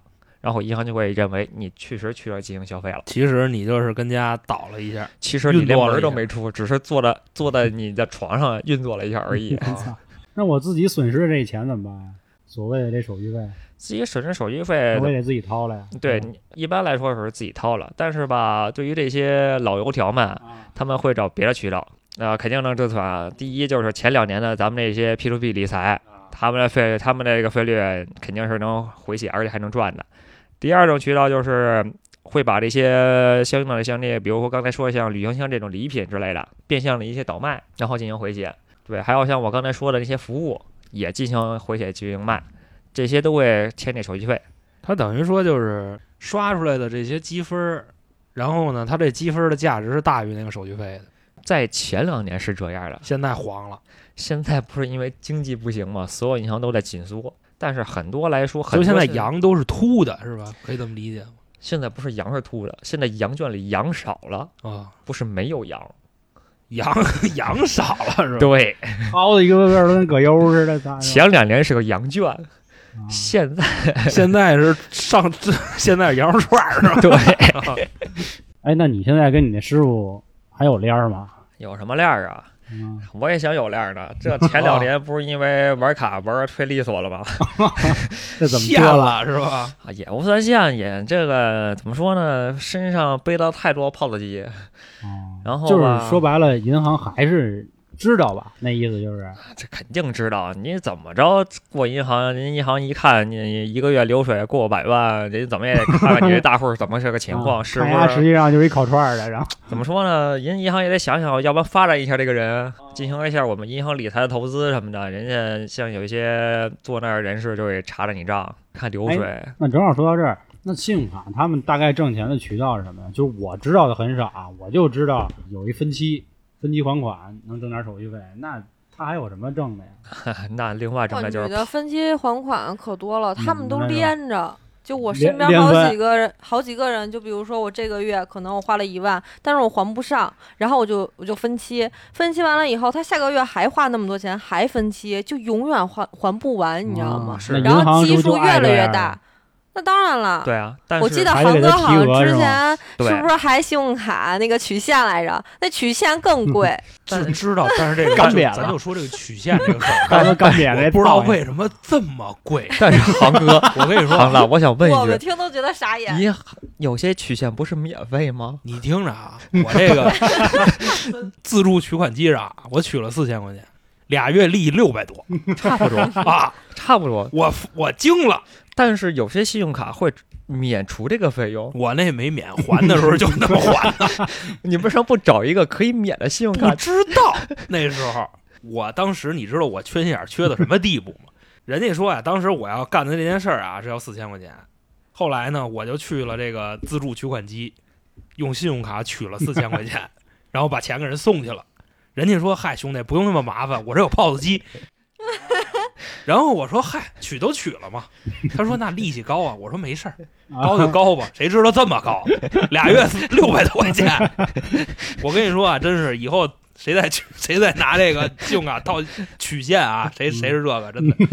然后银行就会认为你确实去这进行消费了。 其实你就是跟家倒了一下， 其实你连门都没出，只是坐在你的床上运作了一下而已。 那我自己损失这钱怎么办呀？所谓的这手续费， 自己损失手续费我也得自己掏了呀。 对，一般来说是自己掏了，但是吧，对于这些老油条们，他们会找别的渠道。肯定能折算。第一就是前2年的咱们这些 P2P 理财，他们的这个费率肯定是能回血，而且还能赚的。第二种渠道就是会把这些相应的像比如说刚才说像旅行箱这种礼品之类的，变相的一些倒卖，然后进行回血。对，还有像我刚才说的那些服务也进行回血进行卖，这些都会欠这手续费。 它等于说就是刷出来的这些积分，然后呢，它这积分的价值是大于那个手续费的。 在前2年是这样的， 现在黄了。 现在不是因为经济不行嘛，所有银行都在紧缩，但是很多来说，很多现在羊都是秃的，是吧？可以这么理解吗？ 现在不是羊是秃的，现在羊圈里羊少了啊， 不是没有羊， 羊少了是吧？ 对， 薅的一个个都跟葛优似的。 前2年是个羊圈，现在是现在是羊肉串是吧？ 对。 哎，那你现在跟你那师傅还有链吗？ 有什么链啊？我也想有链呢。这前2年不是因为玩卡玩退利索了吗？ 这怎么说了是吧？ 也不算现，也这个怎么说呢？身上背到太多POS机，然后就是说白了，银行还是知道吧？那意思就是这肯定知道。你怎么着过银行，人银行一看你一个月流水过100万，人怎么也得看看你这大户怎么是个情况，是不是？ 实际上就是一烤串的，然后怎么说呢？人银行也得想想，要不然发展一下这个人，进行一下我们银行理财的投资什么的。人家像有一些坐那儿人士就会查着你账，看流水。 那正好说到这儿，那信用卡他们大概挣钱的渠道是什么呀？就是我知道的很少，我就知道有一分期还款能挣点手续费，那他还有什么挣的呀？ 那另外挣的就是女的分期还款可多了，他们都连着。就我身边好几个人，就比如说我这个月可能我花了1万，但是我还不上，然后我就分期完了以后，他下个月还花那么多钱，还分期，就永远还不完，你知道吗？然后基数越来越大。那当然了， 对啊，但是我记得航哥好像之前是不是还信用卡那个取现来着？那取现更贵。 是知道，但是这个干瘪了， 咱就说这个取现这个事儿， 干瘪了， 不知道为什么这么贵。 但是航哥， 我跟你说， 航了，我想问一句， 我们听都觉得傻眼。 你有些取现不是免费吗？ 你听着啊，我这个自助取款机上，我取了4000块钱，2月利600多， 差不多啊， 差不多。 我惊了。 但是有些信用卡会免除这个费用， 我那没免，还的时候就那么还的。 你为什么不找一个可以免的信用卡？ 不知道那时候，我当时你知道我缺心眼缺到什么地步吗？人家说呀，当时我要干的这件事儿啊是要4000块钱，后来呢我就去了这个自助取款机，用信用卡取了4000块钱，然后把钱给人送去了。人家说嗨兄弟不用那么麻烦，我这有 POS 机。然后我说嗨，取都取了嘛。他说那利息高啊。我说没事儿，高就高吧，谁知道这么高，2月600多块钱。我跟你说啊，真是以后谁再拿这个信用卡套取现啊，谁是这个真的。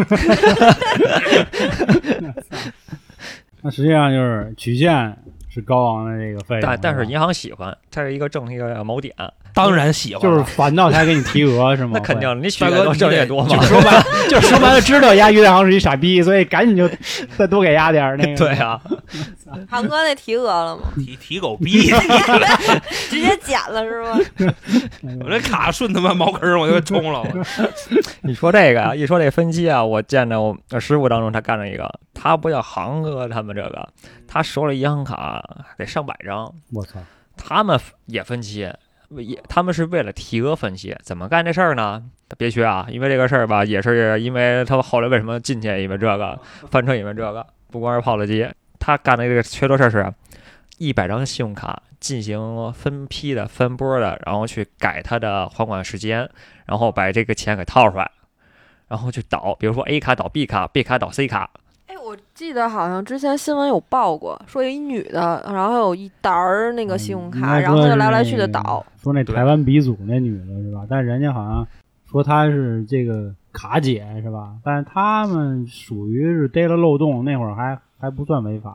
那实际上就是取现是高昂的这个费用， 但是银行喜欢，它是一个挣一个锚点。 当然喜欢， 就是烦到才给你提额是吗？ 那肯定，你取的挣越多嘛。 就说白了，知道银行是一傻逼，所以赶紧就再多给压点那个。 对啊， 航哥那提额了吗？ 提狗逼， 直接减了是吧？ 我这卡顺他妈茅坑我就冲了。 你说这个，一说这分期啊，我见着我师傅当中他干了一个，他不叫航哥，他们这个他手里银行卡得上百张， 我操， 他们也分期。他们是为了提额分期，怎么干这事儿呢？别学啊，因为这个事儿吧，也是因为他后来为什么进去，因为这个翻车，因为这个不光是POS机，他干的这个缺德事儿是100张信用卡进行分批的、分波的，然后去改它的还款时间，然后把这个钱给套出来，然后去导，比如说 A 卡导 B 卡，B 卡导 C 卡。 我记得好像之前新闻有报过，说有一女的，然后有一沓儿那个信用卡，然后就来来去的倒。 说那台湾鼻祖那女的是吧？但人家好像说她是这个卡姐是吧？但是他们属于是逮了漏洞，那会儿还不算违法。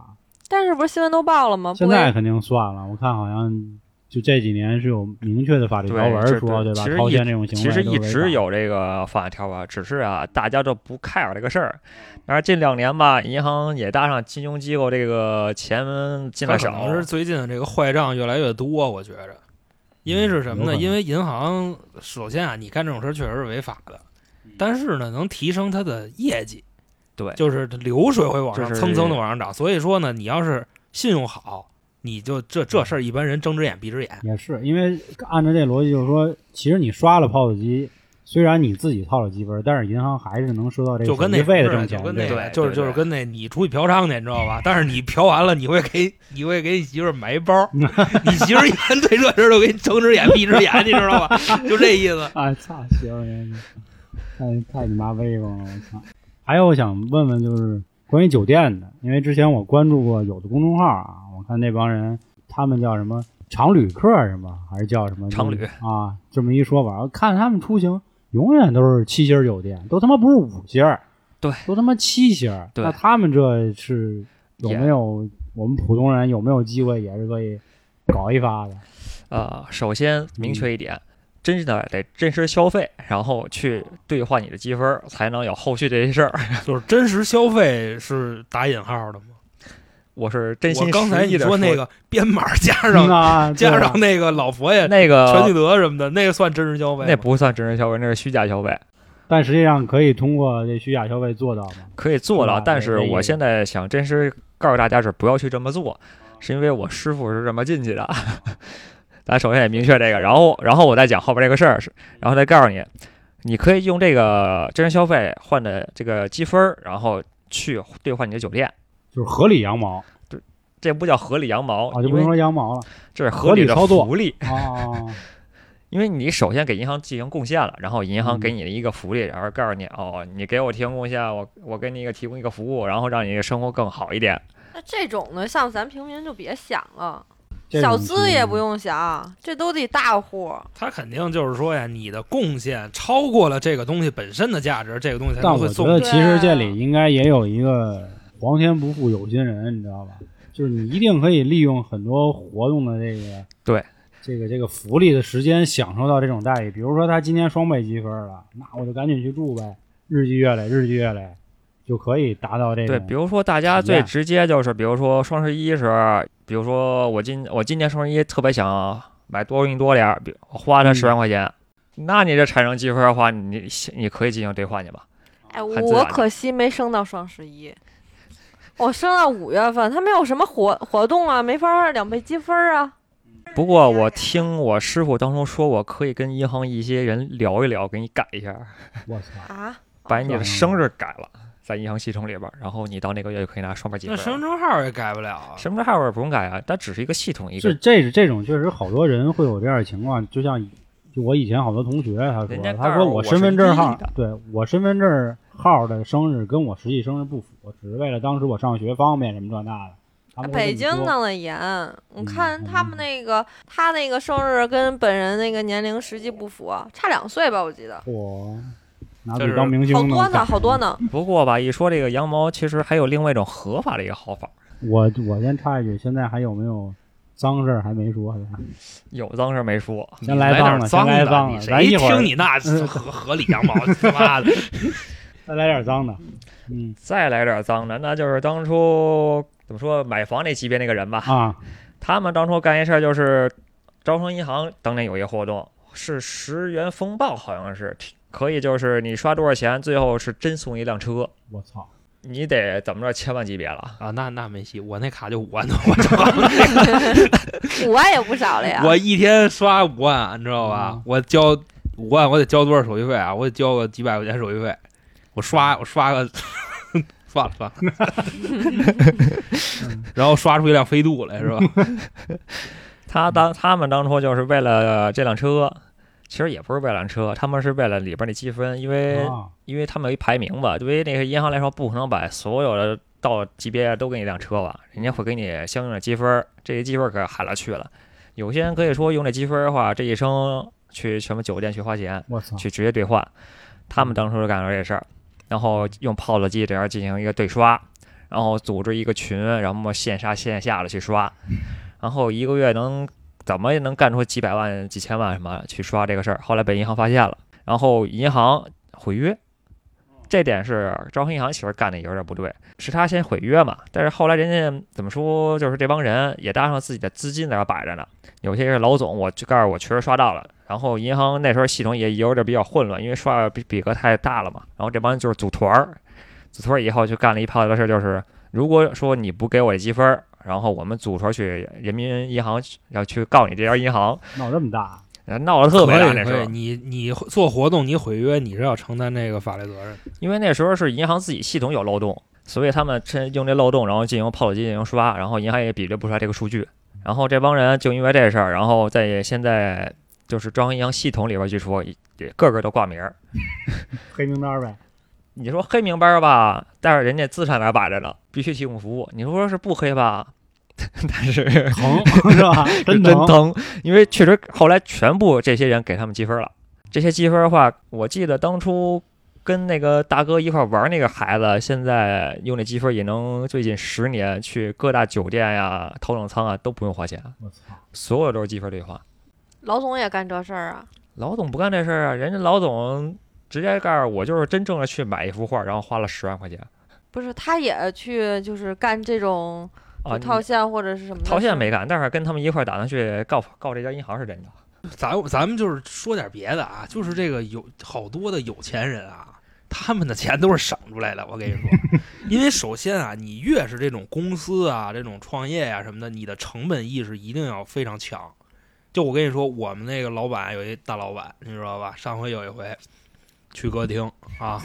但是不是新闻都报了吗？ 现在肯定算了，我看好像就这几年是有明确的法律条文说，对吧？掏钱这种行为其实一直有这个法律条文，只是啊，大家都不 care 这个事儿。但是近2年吧，银行也搭上金融机构这个钱进来少， 可能是最近这个坏账越来越多，我觉着。因为是什么呢？因为银行首先啊，你干这种事确实是违法的，但是呢，能提升它的业绩， 对， 就是流水会往上蹭蹭的往上涨。所以说呢，你要是信用好，你就这事儿一般人睁只眼闭只眼。 也是因为按照这逻辑，就是说，其实你刷了 POS 机，虽然你自己套了积分，但是银行还是能收到这个手续费的挣钱。 就跟那对， 就是跟那你出去嫖娼去，你知道吧？但是你嫖完了，你会给你媳妇儿买一包，你媳妇儿一般对这事儿都给你睁只眼闭只眼，你知道吧？就这意思。 哎，操，媳妇儿，太你妈威风了，我操！还有我想问问，就是关于酒店的，因为之前我关注过有的公众号啊，我看那帮人他们叫什么常旅客什么，还是叫什么常旅啊？这么一说法，看他们出行永远都是7星酒店，都他妈不是5星， 对， 都他妈7星。 对， 那他们这是有没有我们普通人有没有机会也是可以搞一发的？ 首先明确一点。真的得真实消费，然后去兑换你的积分，才能有后续这些事儿。 就是真实消费是打引号的吗？ 我是真心实意的。刚才你说那个编码加上那个老佛爷那个全聚德什么的，那个算真实消费吗？ 那不算真实消费，那是虚假消费。 但实际上可以通过这虚假消费做到吗？ 可以做到，但是我现在想真实告诉大家是不要去这么做，是因为我师傅是这么进去的。咱首先也明确这个，然后我再讲后边这个事儿，然后再告诉你，你可以用这个真实消费换的这个积分，然后去兑换你的酒店， 就是合理羊毛。 对，这不叫合理羊毛啊，就不能说羊毛了， 这是合理的操作福利啊。 因为你首先给银行进行贡献了，然后银行给你的一个福利，然后告诉你哦，你给我提供贡献，我给你提供一个服务，然后让你的生活更好一点。 那这种呢，像咱平民就别想了。小资也不用想，这都得大户。 他肯定就是说呀，你的贡献超过了这个东西本身的价值，这个东西才能会送。 但我觉得其实这里应该也有一个皇天不负有心人，你知道吧？就是你一定可以利用很多活动的这个福利的时间，享受到这种待遇。比如说他今天双倍积分了，那我就赶紧去住呗，日积月累。就可以达到这个。 对，比如说大家最直接就是，比如说双十一时，比如说我今年双十一特别想买多运多点，我花了10万块钱，那你这产生积分的话，你可以进行兑换去吧。 哎，我可惜没升到双十一，我升到5月份，它没有什么活动啊，没法2倍积分啊。 不过我听我师傅当初说，我可以跟银行一些人聊一聊，给你改一下。 我操啊！ 把你的生日改了。在银行系统里边，然后你到那个月就可以拿双倍积分。 那身份证号也改不了啊？ 身份证号也不用改啊，它只是一个系统一个。 这种确实好多人会有这样的情况，就我以前好多同学他说我身份证号，对我身份证号的生日跟我实际生日不符，只是为了当时我上学方便什么这那的。 北京弄得严，我看他们他那个生日跟本人那个年龄实际不符，差2岁吧，我记得。 拿自己当明星好多呢。 不过吧，一说这个羊毛，其实还有另外一种合法的一个好法。 我先插一句，现在还有没有脏事儿还没说？ 有脏事儿没说， 先来脏的，先来脏的。咱一会儿听你那合理羊毛，他妈的， 再来点脏的。 再来点脏的，那就是当初怎么说买房那级别那个人吧。 啊， 他们当初干一事儿就是，招商银行当年有一个活动，是10元风暴，好像是。可以，就是你刷多少钱，最后是真送一辆车。 我操！ 你得怎么着千万级别了啊？那没戏，我那卡就5万多，我 5万也不少了呀。 我一天刷5万，你知道吧？我交5万，我得交多少手续费啊？我得交个几百块钱手续费。我刷个算了，然后刷出一辆飞度来，是吧？ 他们当初就是为了这辆车。其实也不是为了车，他们是为了里边的积分，因为他们有一排名吧。对于那个银行来说，不可能把所有的到级别都给你辆车吧，人家会给你相应的积分，这些积分可海了去了。有些人可以说用这积分的话，这一生去什么酒店去花钱，去直接兑换。他们当初就干了这事儿，然后用 POS 机这样进行一个对刷， 然后组织一个群，然后线上线下的去刷，然后一个月怎么也能干出几百万几千万什么去刷这个事儿。后来被银行发现了，然后银行毁约，这点是招商银行其实干的有点不对，是他先毁约嘛，但是后来人家怎么说，就是这帮人也搭上自己的资金在那摆着呢，有些是老总，我就告诉我确实刷到了，然后银行那时候系统也有点比较混乱，因为刷比额太大了嘛，然后这帮人就是组团以后就干了一炮的事，就是如果说你不给我积分，然后我们组团去人民银行要去告你这家银行， 闹这么大， 闹得特别大。那时候你做活动你毁约，你是要承担这个法律责任， 因为那时候是银行自己系统有漏洞，所以他们用这漏洞，然后进行炮手机进行刷，然后银行也比对不出来这个数据，然后这帮人就因为这事儿，然后在现在就是招商银行系统里边据说个个都挂名儿， 黑名单呗。 你说黑名单吧，但是人家资产那摆着呢，必须提供服务。你说是不黑吧，但是疼是吧？真疼，因为确实后来全部这些人给他们积分了。这些积分的话，我记得当初跟那个大哥一块玩那个孩子，现在用那积分也能最近10年去各大酒店呀、头等舱啊都不用花钱。 我操， 所有都是积分兑换。 老总也干这事儿啊？ 老总不干这事儿啊，人家老总直接告诉我就是真正的去买一幅画，然后花了10万块钱。 不是，他也去就是干这种套现或者是什么？ 套现没干，但是跟他们一块打算去告这家银行是真的。 咱们就是说点别的啊，就是这个有好多的有钱人啊，他们的钱都是省出来的。我跟你说，因为首先啊，你越是这种公司啊、这种创业啊什么的，你的成本意识一定要非常强。就我跟你说，我们那个老板有一大老板，你知道吧？上回有一回去歌厅啊，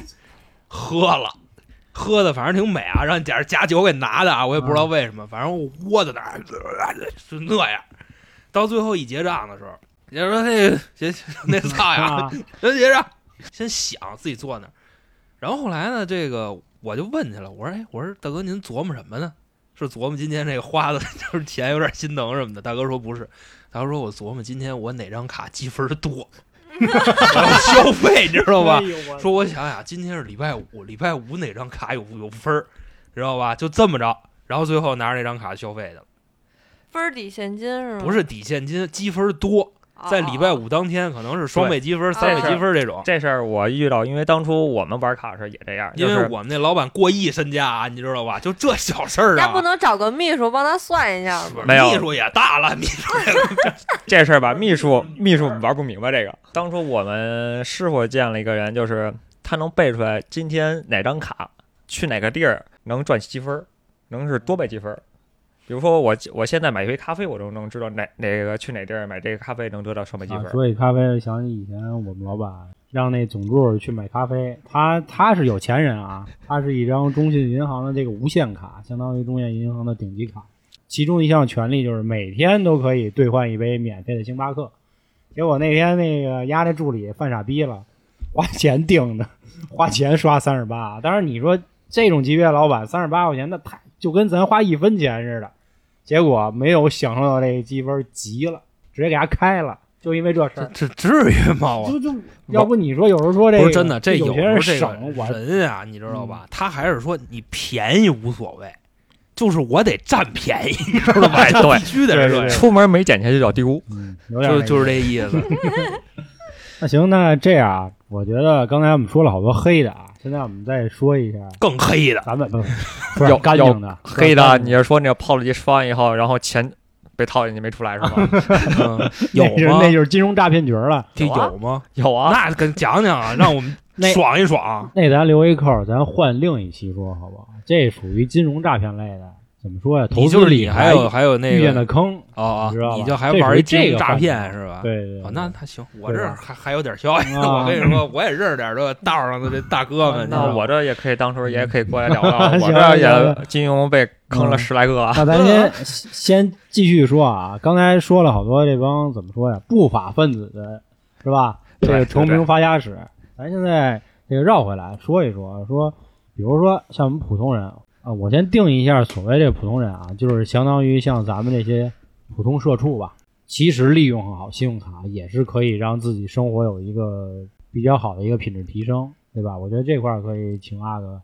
喝的反正挺美啊，让点假酒给拿的啊，我也不知道为什么，反正我窝在那儿就那样。到最后一结账的时候，人家说那操呀，人结账，先想自己坐那儿。然后后来呢，这个我就问去了，我说大哥您琢磨什么呢？是琢磨今天这个花的就是钱有点心疼什么的？大哥说不是，大哥说我琢磨今天我哪张卡积分多。然后消费你知道吧？说我想想，今天是礼拜五哪张卡有分知道吧？就这么着，然后最后拿着那张卡消费的， 分抵现金是吗？ 不是抵现金，积分多。在礼拜五当天可能是双倍积分、3倍积分这种。 这事儿我遇到，因为当初我们玩卡时也这样， 因为我们那老板过亿身家啊，你知道吧？就这小事儿啊， 那不能找个秘书帮他算一下吗？ 没有， 秘书也大了，秘书这事儿吧，秘书玩不明白这个。当初我们师傅见了一个人，就是他能背出来今天哪张卡去哪个地儿能赚积分，能是多倍积分。比如说我现在买一杯咖啡，我都能知道哪个去哪地儿买这个咖啡能得到双倍积分。 所以咖啡想起以前我们老板让那总助去买咖啡，他是有钱人啊，他是一张中信银行的这个无限卡，相当于中信银行的顶级卡，其中一项权利就是每天都可以兑换一杯免费的星巴克。结果那天那个丫那助理犯傻逼了，花钱订的，花钱刷38。当然你说这种级别的老板38块钱，那太就跟咱花1分钱似的。结果没有享受到这个积分，急了，直接给他开了，就因为这事儿。 这至于吗？ 就要不你说有时候说这个不是真的，这有些人省人啊，你知道吧？他还是说你便宜无所谓，就是我得占便宜，你知道吧？ 对， 必须得是出门没捡钱就叫丢， 就是这意思。 那行，那这样，我觉得刚才我们说了好多黑的啊，现在我们再说一下更黑的， 咱们不是干净的黑的。你是说那个泡了机刷完以后，然后钱被套进去没出来是吗？ 有吗？ 那就是金融诈骗局了。 有吗？ 有啊， 那跟讲讲啊，让我们爽一爽。 那咱留一扣，咱换另一期说好不好？这属于金融诈骗类的。怎么说呀？投资理还有那个遇见的坑哦， 你就还玩一金融诈骗是吧？ 对， 那他行，我这还有点消息。我跟你说，我也认识点这道上的这大哥们。 那我这也可以，当时也可以过来聊聊。我这也金融被坑了10来个。 那咱先继续说啊，刚才说了好多这帮怎么说呀，不法分子的是吧？这个成名发家史，咱现在这个绕回来说一说，比如说像我们普通人。我先定义一下所谓这普通人啊，就是相当于像咱们这些普通社畜吧。其实利用好信用卡也是可以让自己生活有一个比较好的一个品质提升，对吧？我觉得这块可以请阿哥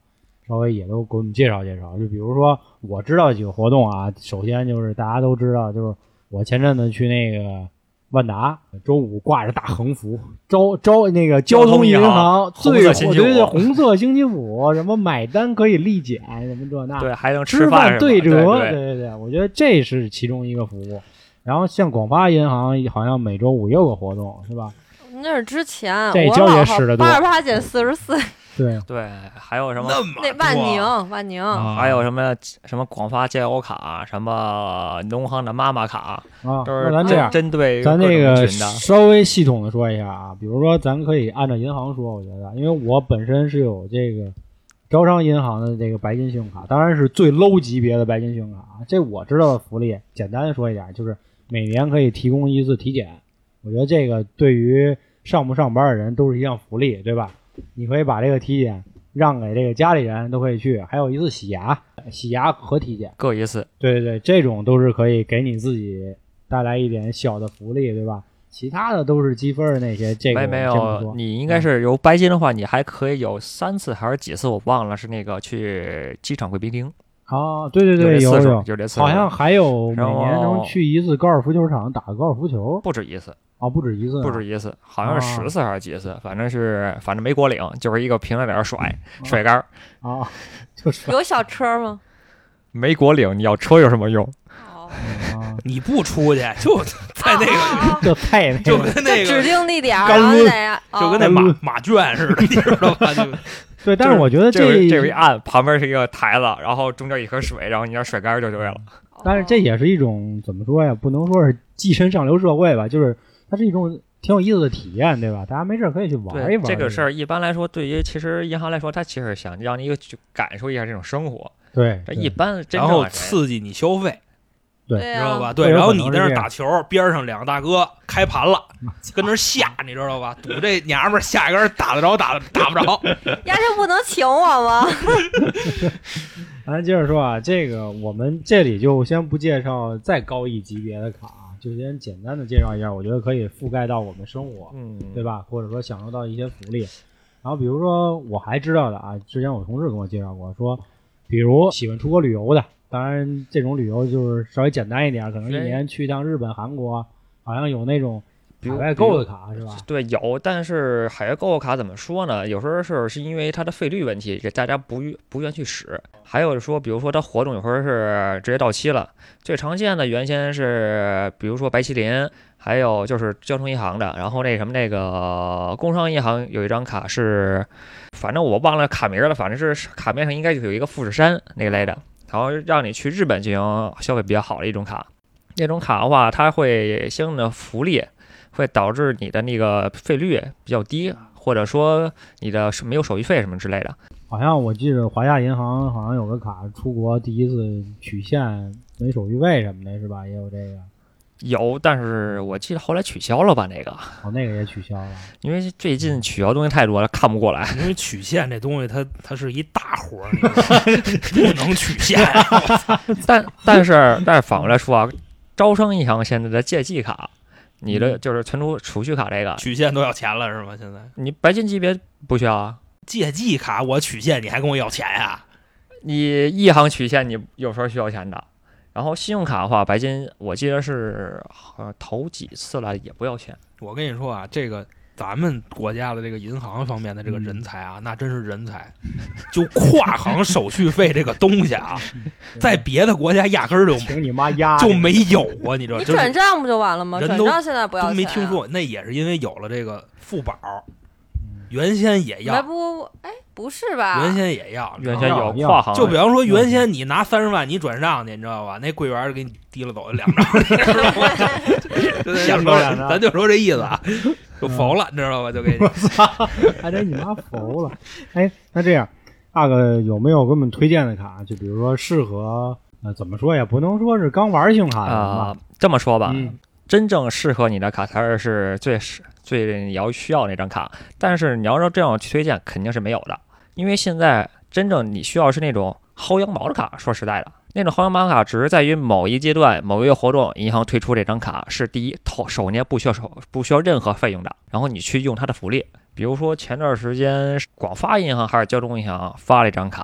稍微也都给我们介绍介绍。就比如说我知道几个活动啊，首先就是大家都知道，就是我前阵子去那个万达，周五挂着大横幅，招那个交通银行最火，对红色星期五，什么买单可以立减，什么这那， 对，还能吃饭对折， 对， 我觉得这是其中一个服务。然后像广发银行好像每周五也有个活动，是吧？ 那是之前， 这交也使得多 88减44。 对，还有什么那万宁， 还有什么广发加油卡，什么农行的妈妈卡啊， 都是咱这样针对咱这个稍微系统的说一下啊，比如说咱可以按照银行说，我觉得，因为我本身是有这个招商银行的这个白金信用卡，当然是最 low 级别的白金信用卡，这我知道的福利，简单的说一点，就是每年可以提供一次体检，我觉得这个对于上不上班的人都是一项福利，对吧？你可以把这个体检让给这个家里人都可以去，还有一次洗牙和体检各一次， 对，这种都是可以给你自己带来一点小的福利，对吧？其他的都是积分的那些，这个没有，你应该是有白金的话，你还可以有3次还是几次，我忘了，是那个去机场贵宾厅。 哦，对， 有， 好像还有每年能去一次高尔夫球场打个高尔夫球， 不止一次。 哦，不止一次， 好像是10次还是几次，反正没果岭，就是一个平在那儿甩杆啊， 有小车吗？ 没果岭，你要车有什么用？ 你不出去就在那个就跟那个指定地点， 就跟那马圈似的，你知道吧？ 对，但是我觉得这一按旁边是一个台子，然后中间一颗水，然后你要甩杆就对了。 但是这也是一种怎么说呀？不能说是跻身上流社会吧，就是它是一种挺有意思的体验，对吧？大家没事可以去玩一玩。 这个事儿一般来说，对于其实银行来说，它其实想让你去感受一下这种生活。 对， 一般然后刺激你消费。 对， 知道吧？对，然后你在那打球，边上2个大哥开盘了，跟那下，你知道吧？赌这娘们儿下一根打得着，打不着。 呀，这不能请我吗？ 咱接着说啊，这个我们这里就先不介绍再高一级别的卡，就先简单的介绍一下，我觉得可以覆盖到我们生活，对吧？或者说享受到一些福利。然后比如说我还知道的啊，之前我同事跟我介绍过，说比如喜欢出国旅游的。当然，这种旅游就是稍微简单一点，可能一年去一趟日本、韩国，好像有那种海外购的卡，是吧？ 对，有，但是海外购的卡怎么说呢？有时候是因为它的费率问题，大家不愿去使。还有说，比如说它活动有时候是直接到期了。最常见的原先是，比如说白麒麟，还有就是交通银行的，然后那个工商银行有一张卡是，反正我忘了卡名了，反正是卡面上应该就有一个富士山那类的。然后让你去日本进行消费比较好的一种卡，那种卡的话，它会相应的福利，会导致你的那个费率比较低，或者说你的没有手续费什么之类的。 好像我记得华夏银行好像有个卡，出国第一次取现没手续费什么的，是吧？也有这个。 有，但是我记得后来取消了吧？那个那个也取消了， 因为最近取消东西太多了，看不过来。 因为取现这东西它是一大活儿，不能取现。 但是反过来说啊，招商银行现在的借记卡，你的就是存储蓄卡这个取现都要钱了是吗？现在你白金级别不需要啊， 借记卡我取现你还跟我要钱呀？ 你一行取现你有时候需要钱的。然后信用卡的话，白金我记得是头几次来也不要钱。 我跟你说啊，这个咱们国家的这个银行方面的这个人才啊，那真是人才。就跨行手续费这个东西啊，在别的国家压根儿就请你妈压就没有啊，你知道？ 你转账不就完了吗？转账现在不要钱， 都没听说，那也是因为有了这个付宝，原先也要。 不是吧？ 原先也要， 原先有跨行。 就比方说，原先你拿30万你转账去，你知道吧？那柜员给你提了走2张，你知道吗？咱就说这意思啊，就否了，你知道吧？就给你， 还得你妈否了。哎，那这样，阿哥有没有给我们推荐的卡？就比如说适合怎么说呀？不能说是刚玩信用卡的这么说吧，真正适合你的卡才是最你要需要那张卡。但是你要说这样去推荐，肯定是没有的。因为现在真正你需要是那种薅羊毛的卡，说实在的，那种薅羊毛卡只是在于某一阶段某一个活动，银行推出这张卡是第一，首年不需要任何费用的，然后你去用它的福利。比如说前段时间广发银行还是交通银行发了一张卡，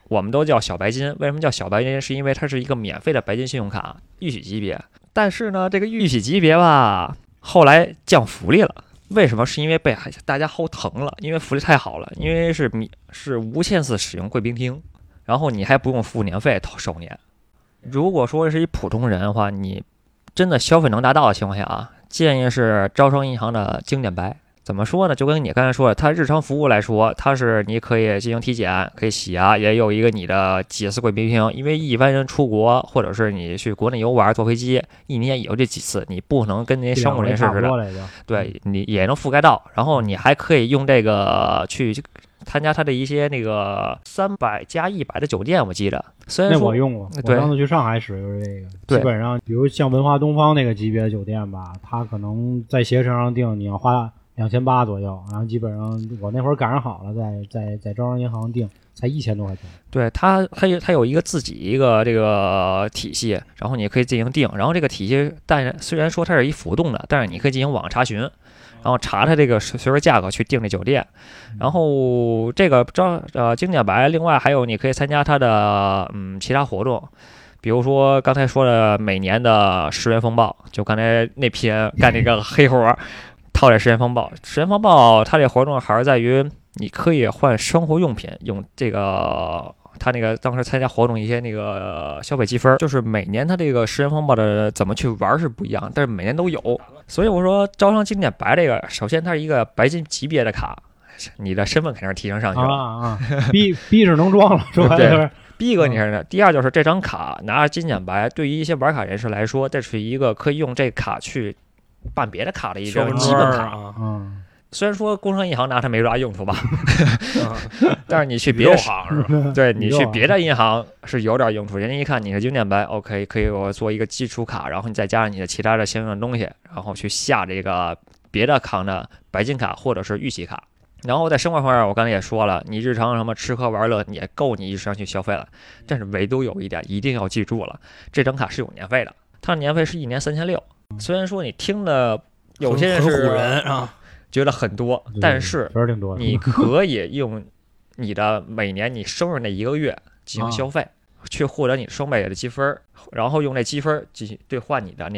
我们都叫小白金。为什么叫小白金？是因为它是一个免费的白金信用卡，预许级别。但是呢，这个预许级别吧，后来降福利了。为什么？是因为被大家齁疼了，因为福利太好了，因为是无限次使用贵宾厅，然后你还不用付年费首年。如果说是一普通人的话，你真的消费能达到的情况下啊，建议是招商银行的经典白。怎么说呢？就跟你刚才说的，它日常服务来说，它是你可以进行体检，可以洗牙，也有一个你的几次贵宾厅。因为一般人出国或者是你去国内游玩坐飞机，一年也有这几次，你不能跟那些商务人士似的，对你也能覆盖到。然后你还可以用这个去参加他的一些那个300+100的酒店，我记得。虽然说那我用过，我上次去上海使用这个，基本上比如像文华东方那个级别的酒店吧，它可能在携程上订你要花2800左右，然后基本上我那会儿赶上好了，在招商银行订才1000多块钱。对， 它有一个自己一个这个体系，然后你可以进行订，然后这个体系虽然说它是一浮动的，但是你可以进行网上查询，然后查它这个随时价格去订这酒店。然后这个经典白，另外还有你可以参加它的其他活动。比如说刚才说的每年的10元风暴，就刚才那篇干那个黑活套这10元风暴。10元风暴它这活动还是在于你可以换生活用品，用这个他那个当时参加活动一些那个消费积分，就是每年他这个10元风暴的怎么去玩是不一样，但是每年都有。所以我说招商经典白这个，首先它是一个白金级别的卡，你的身份肯定是提升上去了逼是能装了，是吧？ 对，逼格你是。第二就是这张卡拿着金典白，对于一些玩卡人士来说，这是一个可以用这卡去办别的卡的一张基本卡。虽然说工商银行拿它没啥用处吧，但是你去别的对你去别的银行是有点用处。人家一看你是经典白 ，OK， 可以我做一个基础卡，然后你再加上你的其他的相应的东西，然后去下这个别的行的白金卡或者是预期卡。然后在生活方面，我刚才也说了，你日常什么吃喝玩乐也够你日常去消费了。但是唯独有一点一定要记住了，这张卡是有年费的，它的年费是1年3600。虽然说你听的有些人是唬人啊。 觉得很多，但是你可以用你的每年你生日那1个月进行消费，去获得你双倍的积分，然后用这积分进行兑换你的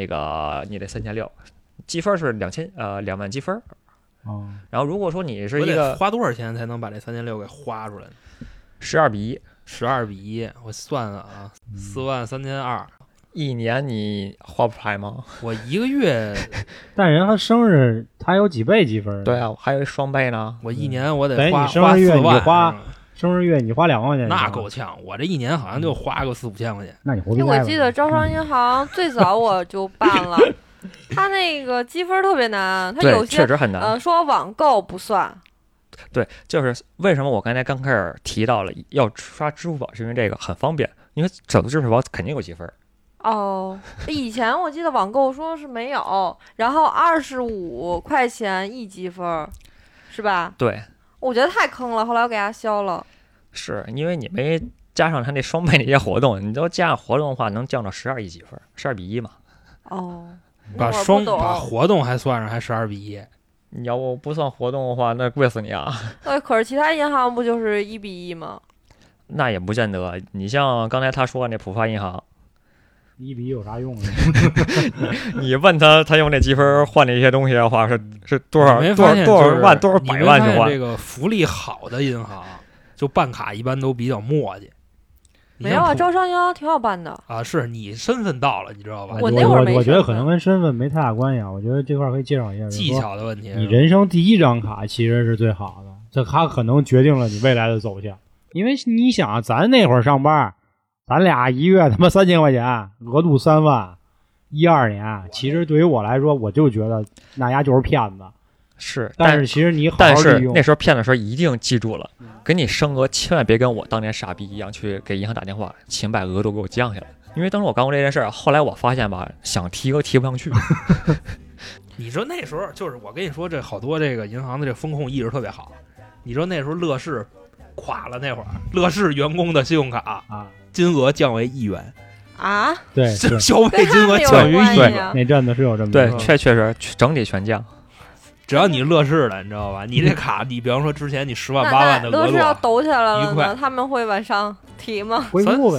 3600，积分是2万积分。然后如果说你是一个花多少钱才能把这3600给花出来呢？12:1，我算了啊，43200。 一年你花不出来吗？ 我1个月， 但人他生日他有几倍积分？ 对啊，还有双倍呢。 我一年我得花你生日月 4万， 生日月你花2万块钱， 那够呛。我这一年好像就花个4-5千块钱。 那你活该。 我记得招商银行最早我就办了，他那个积分特别难，他有些确实很难。 说网购不算。 对，就是为什么我刚才刚开始提到了要刷支付宝，是因为这个很方便，因为整个支付宝肯定有积分。 以前我记得网购说是没有，然后25块钱1积分，是吧？ 对， 我觉得太坑了，后来我给它消了。 是因为你没加上它那双倍那些活动，你都加上活动的话，能降到12.1积分，12:1嘛。 把活动还算上，还12:1。 你要不算活动的话，那贵死你啊！ 可是其他银行不就是1:1吗？ 那也不见得。你像刚才他说的那浦发银行。 1:1有啥用呢？ 你问他用那积分换那些东西的话，是多少万多少百万去换？ 这个福利好的银行，就办卡一般都比较磨叽。 没有啊，招商银行挺好办的啊。是你身份到了，你知道吧？ 我那会儿没。 我觉得可能跟身份没太大关系啊。我觉得这块可以介绍一下技巧的问题。 你人生第一张卡其实是最好的，这卡可能决定了你未来的走向。因为你想，咱那会儿上班。咱俩1月他妈3000块钱，额度3万，12年，其实对于我来说，我就觉得那家就是骗子。 是， 但是其实你好好利用。 但是那时候骗的时候一定记住了，给你升额千万别跟我当年傻逼一样去给银行打电话，请把额度给我降下来。因为当时我干过这件事儿，后来我发现吧，想提额提不上去。 你说那时候就是我跟你说，这好多这个银行的这风控意识特别好。你说那时候乐视垮了那会儿，乐视员工的信用卡金额降为1元啊！ 对， 消费金额降于1元， 那阵子是有这么对，确实整体全降。 只要你乐视的，你知道吧？你这卡，你比方说之前你10万8万的额度， 乐视要抖起来了呢，他们会往上提吗？ 恢复呗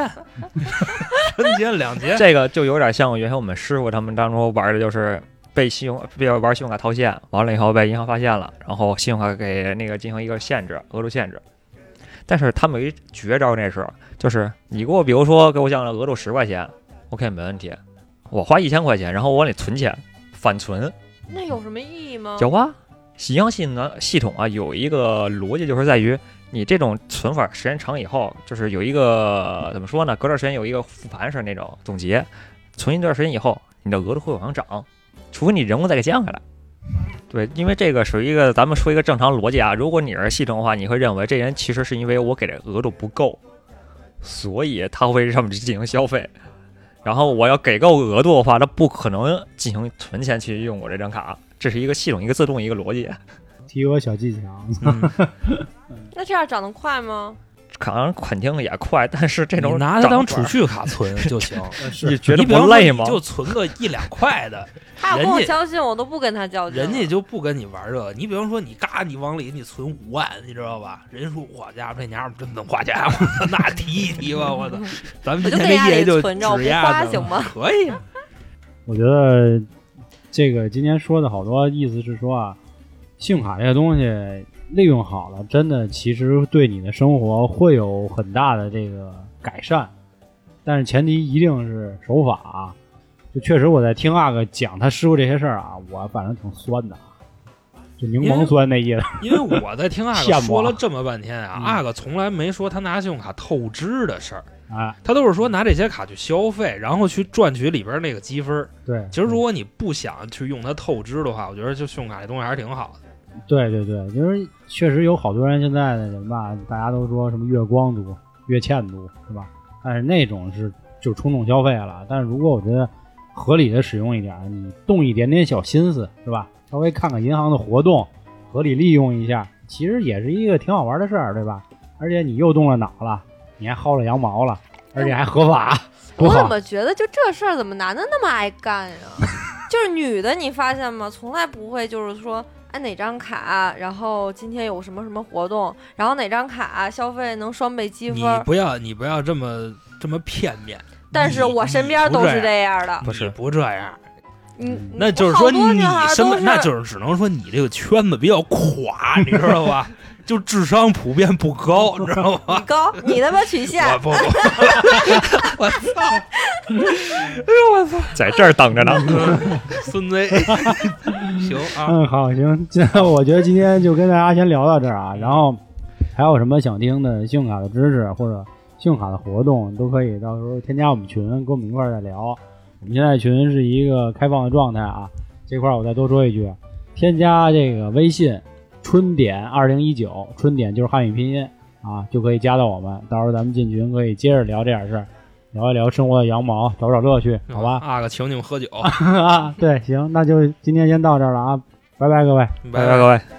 3000，3000、2000， 这个就有点像原先我们师傅他们当初玩的，就是被玩信用卡套现，完了以后被银行发现了，然后信用卡给那个进行一个限制，额度限制。但是他们有一绝招，那时候就是你给我，比如说给我降了额度10块钱 ，OK 没问题，我花1000块钱，然后我往里存钱，反存， 那有什么意义吗？ 有啊，银行系统啊有一个逻辑，就是在于你这种存法时间长以后，就是有一个怎么说呢？隔段时间有一个复盘式那种总结，存一段时间以后，你的额度会往上涨，除非你人工再给降下来。对，因为这个属于一个咱们说一个正常逻辑啊。如果你是系统的话，你会认为这人其实是因为我给的额度不够，所以他会上面进行消费。然后我要给够额度的话，他不可能进行存钱去用我这张卡。这是一个系统一个自动一个逻辑。 提我小技巧。 那这样涨得快吗？ 可能肯定也快，但是这种你拿它当储蓄卡存就行。 你觉得不累吗？ 你就存个1-2块的， 他要跟我较劲，我都不跟他较劲。 人家就不跟你玩这个。你比方说，你往里你存5万，你知道吧？人家说我家这娘们真能花钱，我那提一提吧，我操！咱们今天这业就存着，我不花行吗？ 可以。 我觉得这个今天说的好多意思是说啊，信用卡这个东西利用好了，真的其实对你的生活会有很大的这个改善，但是前提一定是守法啊。就确实我在听阿哥讲他师傅这些事儿啊，我反正挺酸的，就柠檬酸那意思。 因为我在听阿哥说了这么半天啊，阿哥从来没说他拿信用卡透支的事儿。他都是说拿这些卡去消费，然后去赚取里边那个积分。 对， 其实如果你不想去用它透支的话，我觉得就信用卡这东西还是挺好的。 对对对，就是确实有好多人现在的人吧，大家都说什么月光族、月欠族，是吧？但是那种是就冲动消费了。但是如果我觉得合理的使用一点，你动一点点小心思，是吧？稍微看看银行的活动，合理利用一下，其实也是一个挺好玩的事儿，对吧？而且你又动了脑了。你还薅了羊毛了，而且还合法， 我怎么觉得就这事儿怎么男的那么爱干呀？就是女的，你发现吗？从来不会就是说，哎哪张卡，然后今天有什么什么活动，然后哪张卡消费能双倍积分。 你不要这么片面。 但是我身边都是这样的， 不是不这样。 那就是说你身边，那就是只能说你这个圈子比较垮，你知道吧？就智商普遍不高，你知道吗？ 你高，你他妈曲线！ 不，我操！ 哎呦我操，在这儿等着呢， 孙子。行啊， 好，行，我觉得今天就跟大家先聊到这儿啊。然后还有什么想听的信用卡的知识或者信用卡的活动，都可以到时候添加我们群，跟我们一块儿再聊。我们现在群是一个开放的状态啊，这块我再多说一句，添加这个微信春点2019，春点就是汉语拼音啊，就可以加到我们。到时候咱们进群可以接着聊这点事儿，聊一聊生活的羊毛，找找乐趣，好吧？ 阿哥请你们喝酒啊，对，行，那就今天先到这儿了啊，拜拜各位， 拜拜各位。